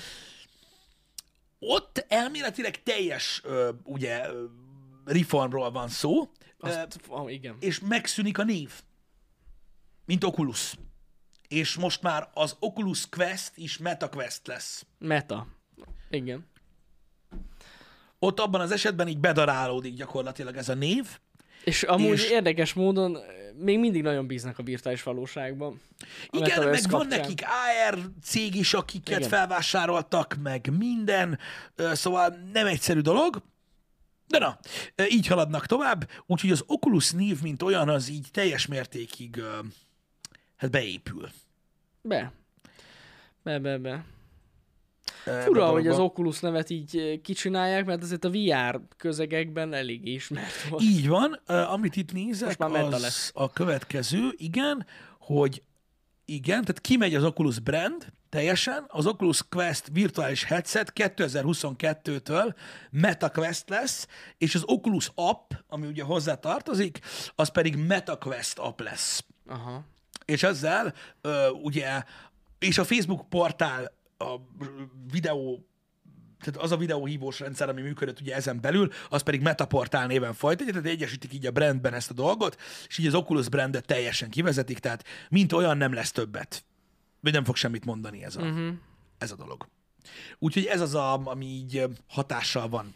Ott elméletileg teljes ö, ugye, ö, reformról van szó, Azt, ö, oh, igen. és megszűnik a név, mint Oculus. És most már az Oculus Quest is Meta Quest lesz. Meta. Igen. Ott abban az esetben így bedarálódik gyakorlatilag ez a név. És amúgy és... érdekes módon még mindig nagyon bíznak a virtuális valóságban. A Igen, meg kapcsán. van nekik á er cég is, akiket Igen. felvásároltak, meg minden, szóval nem egyszerű dolog. De na, így haladnak tovább, úgyhogy az Oculus név, mint olyan, az így teljes mértékig hát beépül. Be. Be, be, be. Fura, hogy az Oculus nevet így kicsinálják, mert azért a vé er közegekben elég ismert volt. Így van, amit itt nézek, az lesz. A következő, igen, hogy igen, tehát kimegy az Oculus brand teljesen, az Oculus Quest virtuális headset kétezer-huszonkettőtől Meta Quest lesz, és az Oculus app, ami ugye hozzá tartozik, az pedig Meta Quest app lesz. Aha. És ezzel ugye, és a Facebook portál a videó, tehát az a videóhívós rendszer, ami működött ugye ezen belül, az pedig Metaportál néven folytatja, tehát egyesítik így a brandben ezt a dolgot, és így az Oculus brandet teljesen kivezetik, tehát mint olyan nem lesz többet. Vagy nem fog semmit mondani ez a, uh-huh. ez a dolog. Úgyhogy ez az, a, ami így hatással van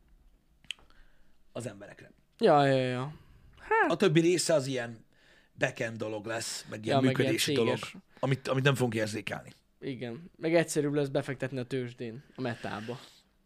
az emberekre. Ja, ja, ja. Hát. A többi része az ilyen backend dolog lesz, meg ilyen ja, működési meg ilyen dolog, amit, amit nem fogunk érzékelni. Igen. Meg egyszerűbb lesz befektetni a tőzsdén, a metába.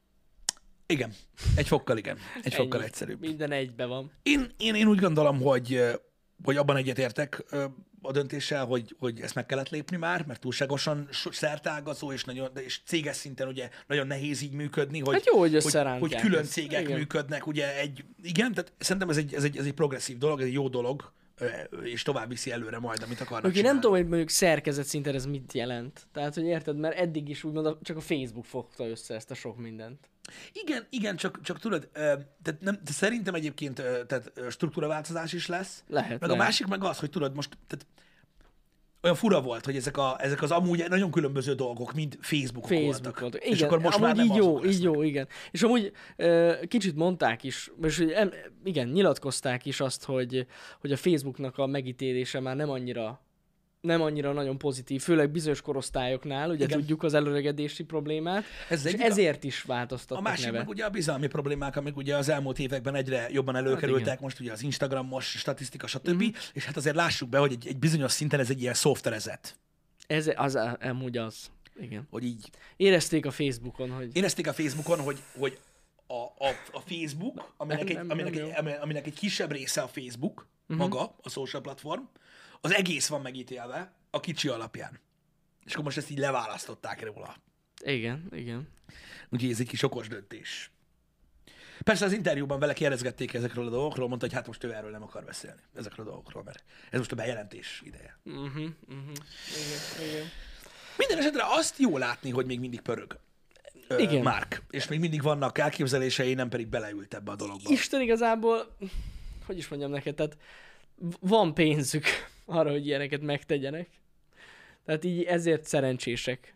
Igen. Egy fokkal igen. Egy fokkal Ennyi. Egyszerűbb. Minden egybe van. Én, én, én úgy gondolom, hogy, hogy abban egyetértek a döntéssel, hogy, hogy ezt meg kellett lépni már, mert túlságosan szertágazó, és, nagyon, és céges szinten ugye nagyon nehéz így működni, hogy, hát jó, hogy, hogy, hogy külön cégek igen. működnek. Ugye egy, igen, tehát szerintem ez egy, ez, egy, ez egy progresszív dolog, ez egy jó dolog, és tovább viszi előre majd, amit akarnak Oké, csinálni. nem tudom, hogy mondjuk szerkezet szinten ez mit jelent. Tehát, hogy érted, mert eddig is úgymond csak a Facebook fogta össze ezt a sok mindent. Igen, igen, csak, csak tudod, tehát nem, de szerintem egyébként tehát struktúraváltozás is lesz. Lehet, meg lehet. A másik meg az, hogy tudod, most tehát olyan fura volt, hogy ezek, a, ezek az amúgy nagyon különböző dolgok, mint Facebook Facebook voltak. Igen, és akkor most már nem így jó, lesznek. így jó, igen. És amúgy uh, kicsit mondták is, és em, igen, nyilatkozták is azt, hogy, hogy a Facebooknak a megítélése már nem annyira nem annyira nagyon pozitív, főleg bizonyos korosztályoknál, ugye igen. tudjuk az előregedési problémát, Ez és ezért is változtattak A másik neve. meg ugye a bizalmi problémák, amik ugye az elmúlt években egyre jobban előkerültek, hát most ugye az Instagramos statisztika, stb. Mm-hmm. És hát azért lássuk be, hogy egy, egy bizonyos szinten ez egy ilyen szoftverezet. Ez az, amúgy az. Igen. Hogy így... Érezték a Facebookon, hogy... Érezték a Facebookon, hogy, hogy a, a, a Facebook, aminek, nem, egy, nem, aminek, nem egy, aminek egy kisebb része a Facebook, uh-huh. maga, a social platform, az egész van megítélve a kicsi alapján. És akkor most ezt így leválasztották róla. Igen, igen. Úgyhogy ez egy kis okos döntés. Persze az interjúban vele kérdezgették ezekről a dolgokról, mondta, hogy hát most ő erről nem akar beszélni, ezekről a dolgokról, mert ez most a bejelentés ideje. Uh-huh, uh-huh. Igen, igen. Minden esetre azt jó látni, hogy még mindig pörög. Igen. Mark. És még mindig vannak elképzelései, nem pedig beleült ebbe a dologba. Isten igazából, hogy is mondjam neked, tehát van pénzük arra, hogy ilyeneket megtegyenek. Tehát így ezért szerencsések.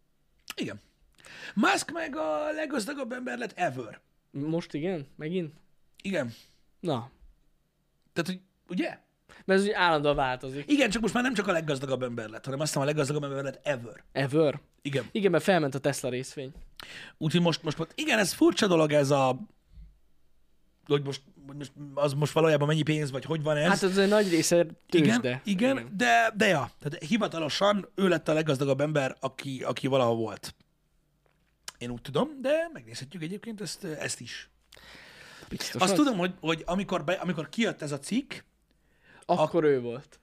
Igen. Musk meg a leggazdagabb ember lett ever. Most igen? Megint? Igen. Na. Tehát, hogy ugye? Mert ez úgy állandóan változik. Igen, csak most már nem csak a leggazdagabb ember lett, hanem azt hiszem a leggazdagabb ember lett ever. Ever? Igen. Igen, mert felment a Tesla részvény. Úgyhogy most, most, igen, ez furcsa dolog ez a... Hogy most, most, az most valójában mennyi pénz, vagy hogy van ez. Hát ez egy nagy része tőzsde. Igen, igen, igen, de, de ja. Tehát hivatalosan ő lett a leggazdagabb ember, aki, aki valaha volt. Én úgy tudom, de megnézhetjük egyébként ezt, ezt is. Biztos Azt az? tudom, hogy, hogy amikor, be, amikor kijött ez a cikk, Akkor ő volt.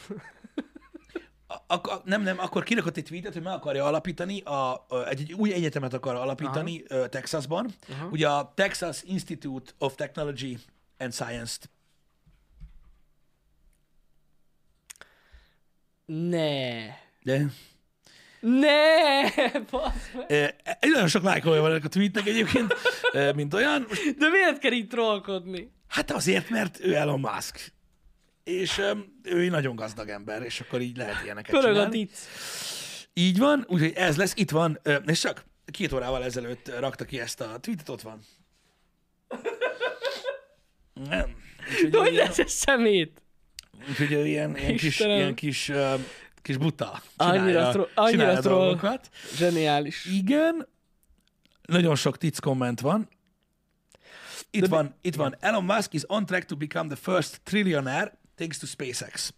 a, a, nem, nem, akkor kirakott egy tweetet, hogy meg akarja alapítani, a, a, egy, egy új egyetemet akar alapítani uh, Texasban. Aha. Ugye a Texas Institute of Technology and Science-t. Ne. De Ne! Basz meg. e, egy nagyon sok lájkolja van ennek a tweetnek egyébként, e, mint olyan. De miért kell így trollkodni? Hát azért, mert ő Elon Musk. És um, ő egy nagyon gazdag ember, és akkor így lehet ilyeneket Pörög a csinálni. tic. Így van, úgyhogy ez lesz, itt van, ö, és csak két órával ezelőtt rakta ki ezt a tweetet, ott van. Nem. Úgyhogy De ő hogy ilyen, lesz ez szemét? úgyhogy ő ilyen, ilyen kis, Istenem. ilyen kis, uh, kis buta. Annyira Csinálja, tro- annyira csinálja a troll. dolgokat. Zseniális. Igen, nagyon sok tic komment van. Itt De van, itt van. Elon Musk is on track to become the first trillionaire thanks to SpaceX.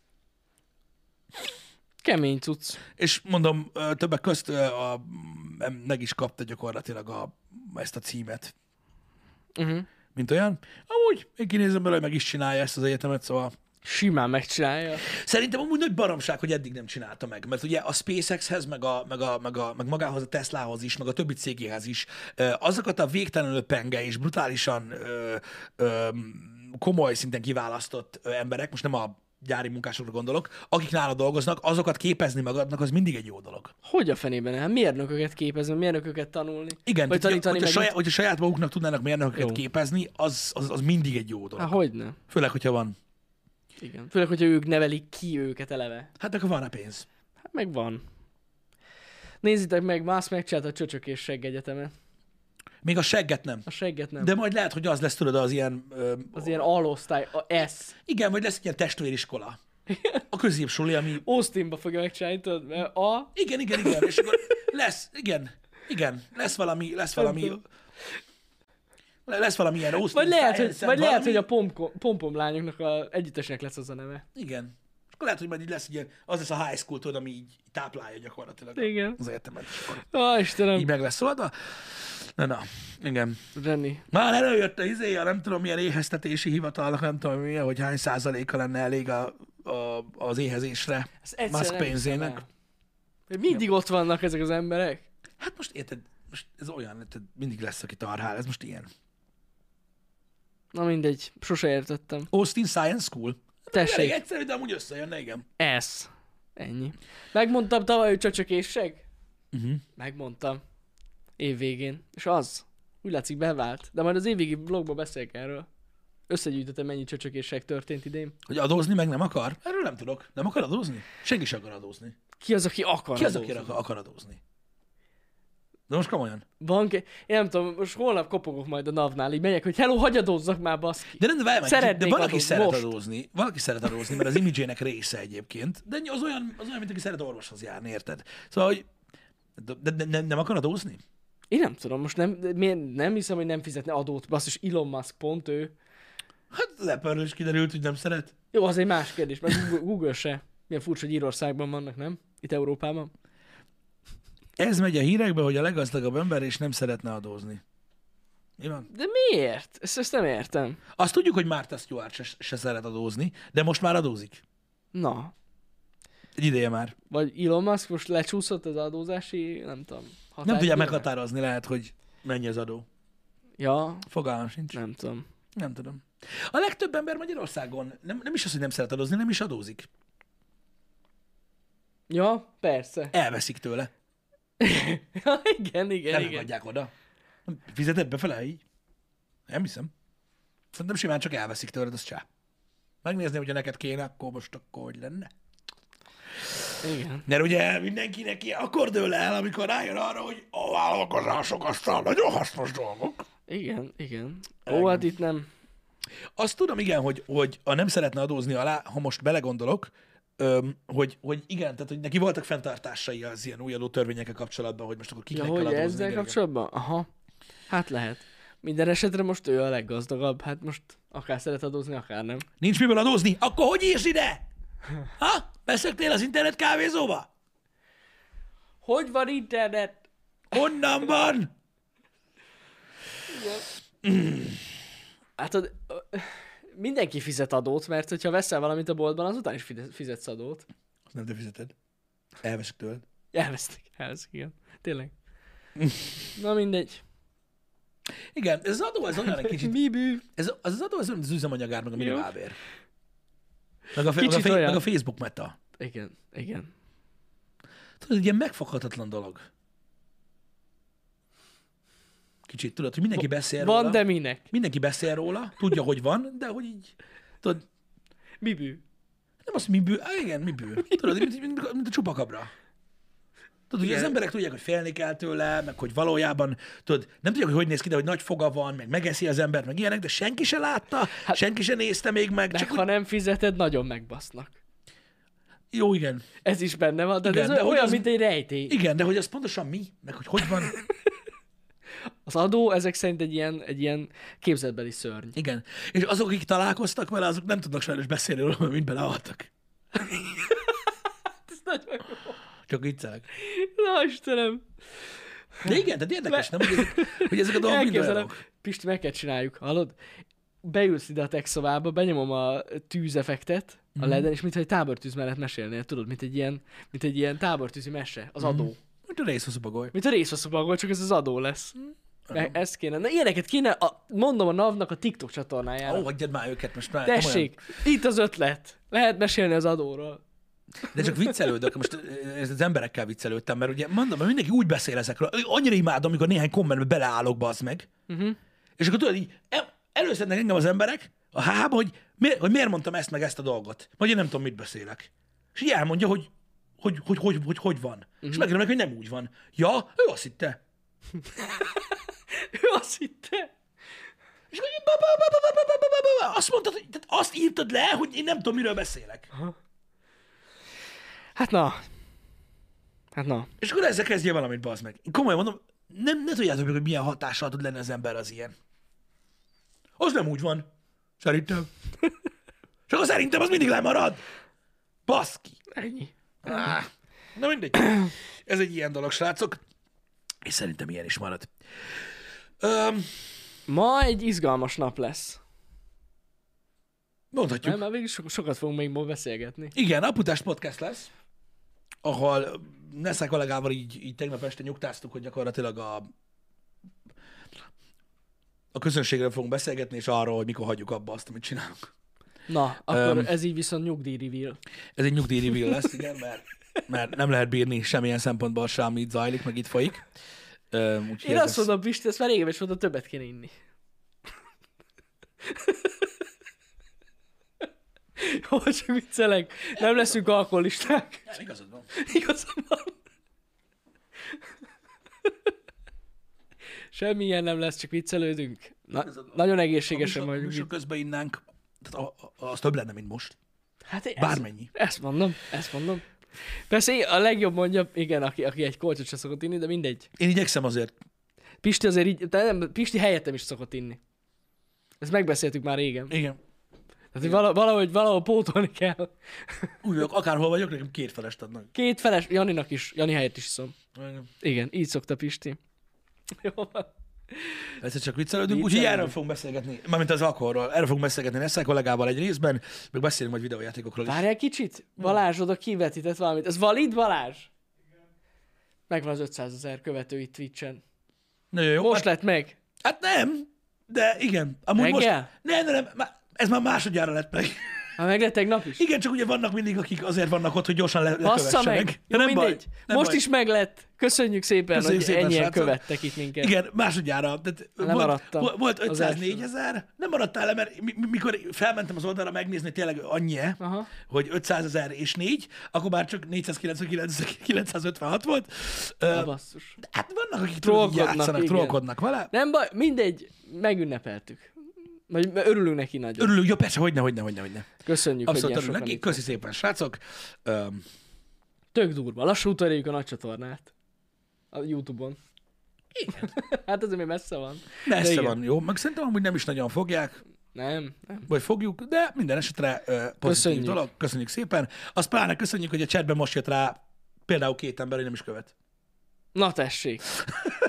Kemény cucc. És mondom, ö, többek közt ö, a, em, meg is kapta gyakorlatilag a, ezt a címet, Uh-huh. mint olyan. Amúgy, én kinézem belőle, hogy meg is csinálja ezt az egyetemet, szóval Simán megcsinálja. szerintem amúgy nagy baromság, hogy eddig nem csinálta meg, mert ugye a SpaceX-hez, meg, a, meg, a, meg, a, meg magához a Teslahoz is, meg a többi cégéhez is ö, azokat a végtelenül penge és brutálisan ö, ö, komoly szinten kiválasztott ö, emberek, most nem a gyári munkásokra gondolok, akik nála dolgoznak, azokat képezni magadnak, az mindig egy jó dolog. Hogy a fenében? Hát mérnököket képezni, mérnököket tanulni. Igen, Vagy tehát, tanítani hogyha, meg. saját, hogyha saját maguknak tudnának mérnököket Jó. képezni, az, az, az mindig egy jó dolog. Hát hogyne. Főleg, hogyha van. Igen. Főleg, hogyha ők nevelik ki őket eleve. Hát akkor van a pénz. Hát meg van. Nézzétek meg, Musk megcsinálta a Csöcsök és Segg Egyetemet. Még a segget nem. A segget nem. De majd lehet, hogy az lesz, tudod, az ilyen... Ö, Az ilyen alosztály, a S. Igen, vagy lesz egy ilyen testvériskola. A középsuli, ami... Austinba fogja megcsinálni, tudod, mert a... Igen, igen, igen, és akkor lesz, igen, igen, lesz valami, lesz valami... tudom. Lesz valami ilyen Austin Vagy lehet, hogy, Science-en vagy lehet, valami. hogy a pom- pompom lányoknak a együttesnek lesz az a neve. Igen. És akkor lehet, hogy majd így lesz egy ilyen, az lesz a high school, tudod, ami így táplálja gyakorlatilag Igen. az egyetemet. És akkor Ó, Istenem. így meg lesz oldva. Na, na, igen. Zseni. Már előjött a izéja, nem tudom milyen éheztetési hivatalnak, nem tudom milyen, hogy hány százaléka lenne elég a, a, az éhezésre Ez egyszerűen Musk nem hiszem pénzének. el. Hogy mindig ott vannak ezek az emberek. Hát most érted, most ez olyan, érted, mindig lesz, aki tarhál, ez most ilyen. Na mindegy, sose értettem. Austin Science School. Elég Tessék, egyszerű, de amúgy összejönne, igen. ez. Ennyi. Megmondtam tavaly, hogy Csöcsök és Segg? Uh-huh. Megmondtam. Év végén. És az. Úgy látszik bevált. De majd az évvégi vlogban beszélek erről. Összegyűjtöttem, mennyi Csöcsök és Segg történt idén. Hogy adózni meg nem akar? Erről nem tudok. Nem akar adózni? Senki sem akar adózni. Ki az, aki akar Ki az, aki adózni? akar, akar adózni? De most komolyan. Van, ke- én nem tudom, most holnap kopogok majd a navnál, így megyek, hogy hello, hagy adózzak már, baszki. De nem, de várj meg, Szeretnék de valaki adózni, szeret most. adózni. Valaki szeret adózni, mert az imidzsének része egyébként. De az olyan, az olyan, mint aki szeret orvoshoz járni, érted? Szóval, hogy de, de, de nem, nem akar adózni? Én nem tudom, most nem, de miért, nem hiszem, hogy nem fizetne adót, basszus, Elon Musk pont ő. Hát az Apple-ről is kiderült, hogy nem szeret. Jó, az egy más kérdés, mert Google, Google se. Milyen furcsa, hogy Írországban vannak, nem? Itt Európában. Ez megy a hírekbe, hogy a leggazdagabb ember és nem szeretne adózni. Mi van? De miért? Ezt, ezt nem értem. Azt tudjuk, hogy Martha Stewart se, se szeret adózni, de most már adózik. Na, Egy ideje már. vagy Elon Musk most lecsúszott az adózási, nem tudom. Nem határidőre? tudja meghatározni, lehet, hogy mennyi az adó. Ja, Fogalmam sincs. nem tudom. Nem tudom. A legtöbb ember Magyarországon nem, nem is az, hogy nem szeret adózni, nem is adózik. Ja, persze. Elveszik tőle. Ja, igen, igen, Nem igen. megadják oda. Fizeted befele így? Nem hiszem. Szerintem simán csak elveszik tőled, az csá. Megnézni, hogyha neked kéne, akkor most akkor hogy lenne. Igen. Mert ugye mindenkinek ilyen akkor dől el, amikor rájön arra, hogy a vállalkozások aztán nagyon hasznos dolgok. Igen, igen. Ó, hát itt nem. Azt tudom, igen, hogy, hogy a nem szeretne adózni alá, ha most belegondolok, öm, hogy, hogy igen, tehát hogy neki voltak fenntartásai az ilyen új adó törvényekkel kapcsolatban, hogy most akkor Ja, kiknek hogy kell adózni. ezzel igen, kapcsolatban? Aha. Hát lehet. Minden esetre most ő a leggazdagabb. Hát most akár szeret adózni, akár nem. igen. Nincs miből adózni? Akkor hogy írsz ide? Ha? Beszöktél az internet kávézóba? Hogy van internet? Honnan van? Hát ad, mindenki fizet adót, mert hogyha veszel valamit a boltban, azután is fizetsz adót. Azt nem te fizeted. Elveszik tőled. Elvesztik, elvesztik, igen. Tényleg. Na mindegy. Igen, ez az adó, ez olyan egy kicsit... Mi bű? Ez, az, az adó, ez olyan, az üzemanyagár, meg a minimálbér. Meg a, Kicsit meg, a, olyan. meg a Facebook meta. Igen, igen. Tudod, egy ilyen megfoghatatlan dolog. Kicsit, tudod, hogy mindenki beszél Van, róla. de minek? Mindenki beszél róla, tudja, hogy van, de hogy így, tudod, Mi bű? nem azt, mi bő, á, igen, mi bő. Tudod, mint, mint, mint a csupakabra. Tudod, hogy az emberek tudják, hogy félni kell tőle, meg hogy valójában, tudod, nem tudják, hogy hogy néz ki, de hogy nagy foga van, meg megeszi az embert, meg ilyenek, de senki se látta, hát, senki se nézte még meg. Meg Csak ha úgy... nem fizeted, nagyon megbasznak. Jó, igen. Ez is benne van, de Igen, ez de olyan, hogy az- mint egy rejtély. Igen, de hogy az pontosan mi, meg hogy hogy van. Az adó ezek szerint egy ilyen, egy ilyen képzetbeli szörny. Igen. És azok, akik találkoztak vele, azok nem tudnak sajnos beszélni róla, mert mind belehaltak. Ez nagyon jó. Csak viccelek. Na Istenem. De igen, tehát érdekes, nem? Hogy ezek, hogy ezek a dolgok mind Elképzelem. olyanok. Pisti, meg kell csináljuk, hallod? Beülsz ide a tech szobába, benyomom a tűzeffektet a Mhm. leden, és mintha egy tábortűz mellett mesélnél, tudod, mint egy ilyen, mint egy ilyen tábortűzi mese, az adó. Mint a részhosszúbagoly. Mint a részfaszobagol, csak ez az adó lesz. Meg ezt kéne. Na ilyeneket kéne, a, mondom a NAV-nak a TikTok csatornájára. Ó, hagyjad már őket most már. Tessék, itt az ötlet. Lehet mesélni az adóról. De csak viccelődök, most ez az emberekkel viccelődtem, mert ugye mondom, hogy mindenki úgy beszél ezekről, annyira imádom, amikor néhány kommentbe beleállok, bazd meg. Uh-huh. És akkor tudod, így el- előszednek engem az emberek a hába, hogy, mi, hogy miért mondtam ezt meg ezt a dolgot. Vagy én nem tudom, mit beszélek. És így elmondja, hogy hogy, hogy, hogy, hogy, hogy van. Uh-huh. És megkérdem meg, hogy nem úgy van. Ja, ő azt hitte. Ő azt hitte. És akkor így ba- ba- ba- ba- ba- ba- ba- ba- ba- azt mondtad, hogy tehát azt írtad le, hogy én nem tudom, miről beszélek. Hát na. Hát na. És akkor ezzel kezdje valamit, bazd meg. Én komolyan mondom, nem, ne tudjátok meg, hogy milyen hatással tud lenni az ember az ilyen. Az nem úgy van. Szerintem. És akkor szerintem az mindig lemarad. Baszki. Ennyi. Ah, na mindegy. Ez egy ilyen dolog, srácok. És szerintem ilyen is marad. Öm, Ma egy izgalmas nap lesz. mondhatjuk. Nem, már végig so- sokat fogunk még ma beszélgetni. Igen, Aputás podcast lesz, ahol Nesze kollégával így, így tegnap este nyugtáztuk, hogy gyakorlatilag a, a közönségről fogunk beszélgetni, és arról, hogy mikor hagyjuk abba azt, amit csinálunk. Na, akkor Öm. ez így viszont nyugdíj reveal. Ez egy nyugdíj reveal lesz, igen, mert, mert nem lehet bírni semmilyen szempontból se, ami itt zajlik, meg itt folyik. Öm, úgyhogy Én ez azt lesz. mondom, Pisti, ezt már régebben is mondtam, többet kéne inni. Jó, csak viccelek. Nem leszünk alkoholisták. Nem, igazad van. Igazam van. Semmilyen nem lesz, csak viccelődünk. Na, nagyon egészségesen Ha vagyunk műsor itt. közben innánk, tehát a, a, az több lenne, mint most. Hát ez, Bármennyi. Ezt mondom, ezt mondom. Persze én- a legjobb mondja, igen, aki, aki egy kolcsot sem szokott inni, de mindegy. Én igyekszem azért. Pisti azért így, de nem, Pisti helyettem is szokott inni. Ezt megbeszéltük már régen. Igen. Tehát, hogy vala, valahogy, valahol pótolni kell. Úgy vagyok, akárhol vagyok, nekem két felest adnak. Két feles, Janinak is, Jani helyett is iszom. Igen. Igen, így szokta Pisti. Jó van. Egyszer csak viccelődünk, úgyhogy Viccelődünk. erről fogunk beszélgetni, mármint az alkoholról, erről fogunk beszélgetni Nessel kollégával egy részben, meg beszélünk majd videójátékokról is. Várjál kicsit, Balázs oda kivetített valamit. Ez valid, Balázs? Megvan az ötszázezer követő itt Twitch-en. Nagyon jó. Most hát, lett meg. hát nem, de igen. Amúgy most, Reggel? nem, nem, nem, má- ez már másodjára lett meg. Ha meg lett tegnap is. Igen, csak ugye vannak mindig, akik azért vannak ott, hogy gyorsan le, Bassza lekövessenek. meg! De Jó, nem baj, mindegy. nem Most baj. is meg lett. Köszönjük szépen, Köszönjük hogy szépen, ennyien srácok. követtek itt minket. Igen, másodjára. Tehát Lemaradtam volt, volt az ötszáznégyezer, nem maradtál le, mert mi- mi- mikor felmentem az oldalra megnézni, tényleg annyi, Aha. hogy ötszázezer és négy, akkor már csak négyszázkilencvenkilenc-kilencszázötvenhat volt. Ö, Na basszus. Hát vannak, akik tudod, így Trollkodnak, játszanak, igen. trollkodnak vele. Nem baj, mindegy, megünnepeltük. Vagy örülünk neki nagyon. Örülünk, jó, persze, hogyne, hogyne, hogyne, hogyne. Köszönjük, Abszolút hogy ilyen örülünk sokan neki. itt Köszi szépen, srácok. Öm, Tök durva. Lassan utolérjük a nagy csatornát. A YouTube-on. Igen. Hát azért még messze van. Messze igen. van, jó? Meg szerintem amúgy nem is nagyon fogják, Nem, nem. vagy fogjuk, de minden esetre ö, pozitív Köszönjük. dolog. Köszönjük szépen. Azt pláne köszönjük, hogy a chatben most jött rá például két ember, hogy nem is követ. Na tessék.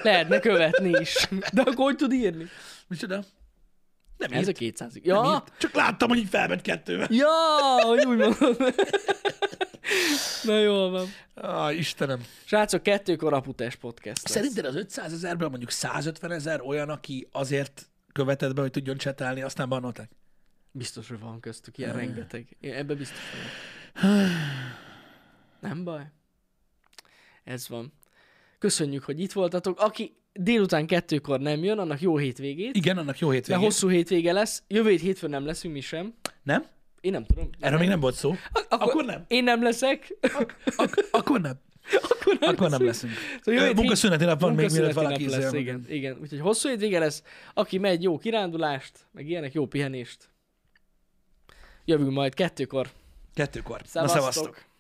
Lehetne követni is. De akkor hogy tud írni? Micsoda? Nem Ez a írt. kétszázig. Nem Ja, írt. Csak láttam, hogy így felment kettővel. ja, hogy úgy mondod. Na jól van. Ah, Istenem. Srácok, kettőkor Aputás podcast lesz. Szerinted az ötszázezerből mondjuk százötven ezer olyan, aki azért követett be, hogy tudjon csetelni, aztán bannolták? Biztos, hogy van köztük ilyen rengeteg. Én ebbe biztos vagyok. Nem baj. Ez van. Köszönjük, hogy itt voltatok. Aki délután kettőkor nem jön, annak jó hétvégét. Igen, annak jó De hétvégét. hosszú hétvége lesz. Jövő hét hétfőn nem leszünk mi sem. Nem? Én nem tudom. Erről még nem volt szó. Akkor, Akkor nem. Én nem leszek. Ak- ak- akkor nem. Akkor nem, Akkor nem leszünk. leszünk. Szóval jövő hét Munkaszüneti nap van még, mielőtt munkaszüneti valaki nap lesz, izé- igen, igen. Úgyhogy hosszú hétvége lesz. Aki megy, jó kirándulást, meg ilyenek, jó pihenést. Jövünk majd kettőkor. Kettőkor. Na, Szevasztok. szevasztok.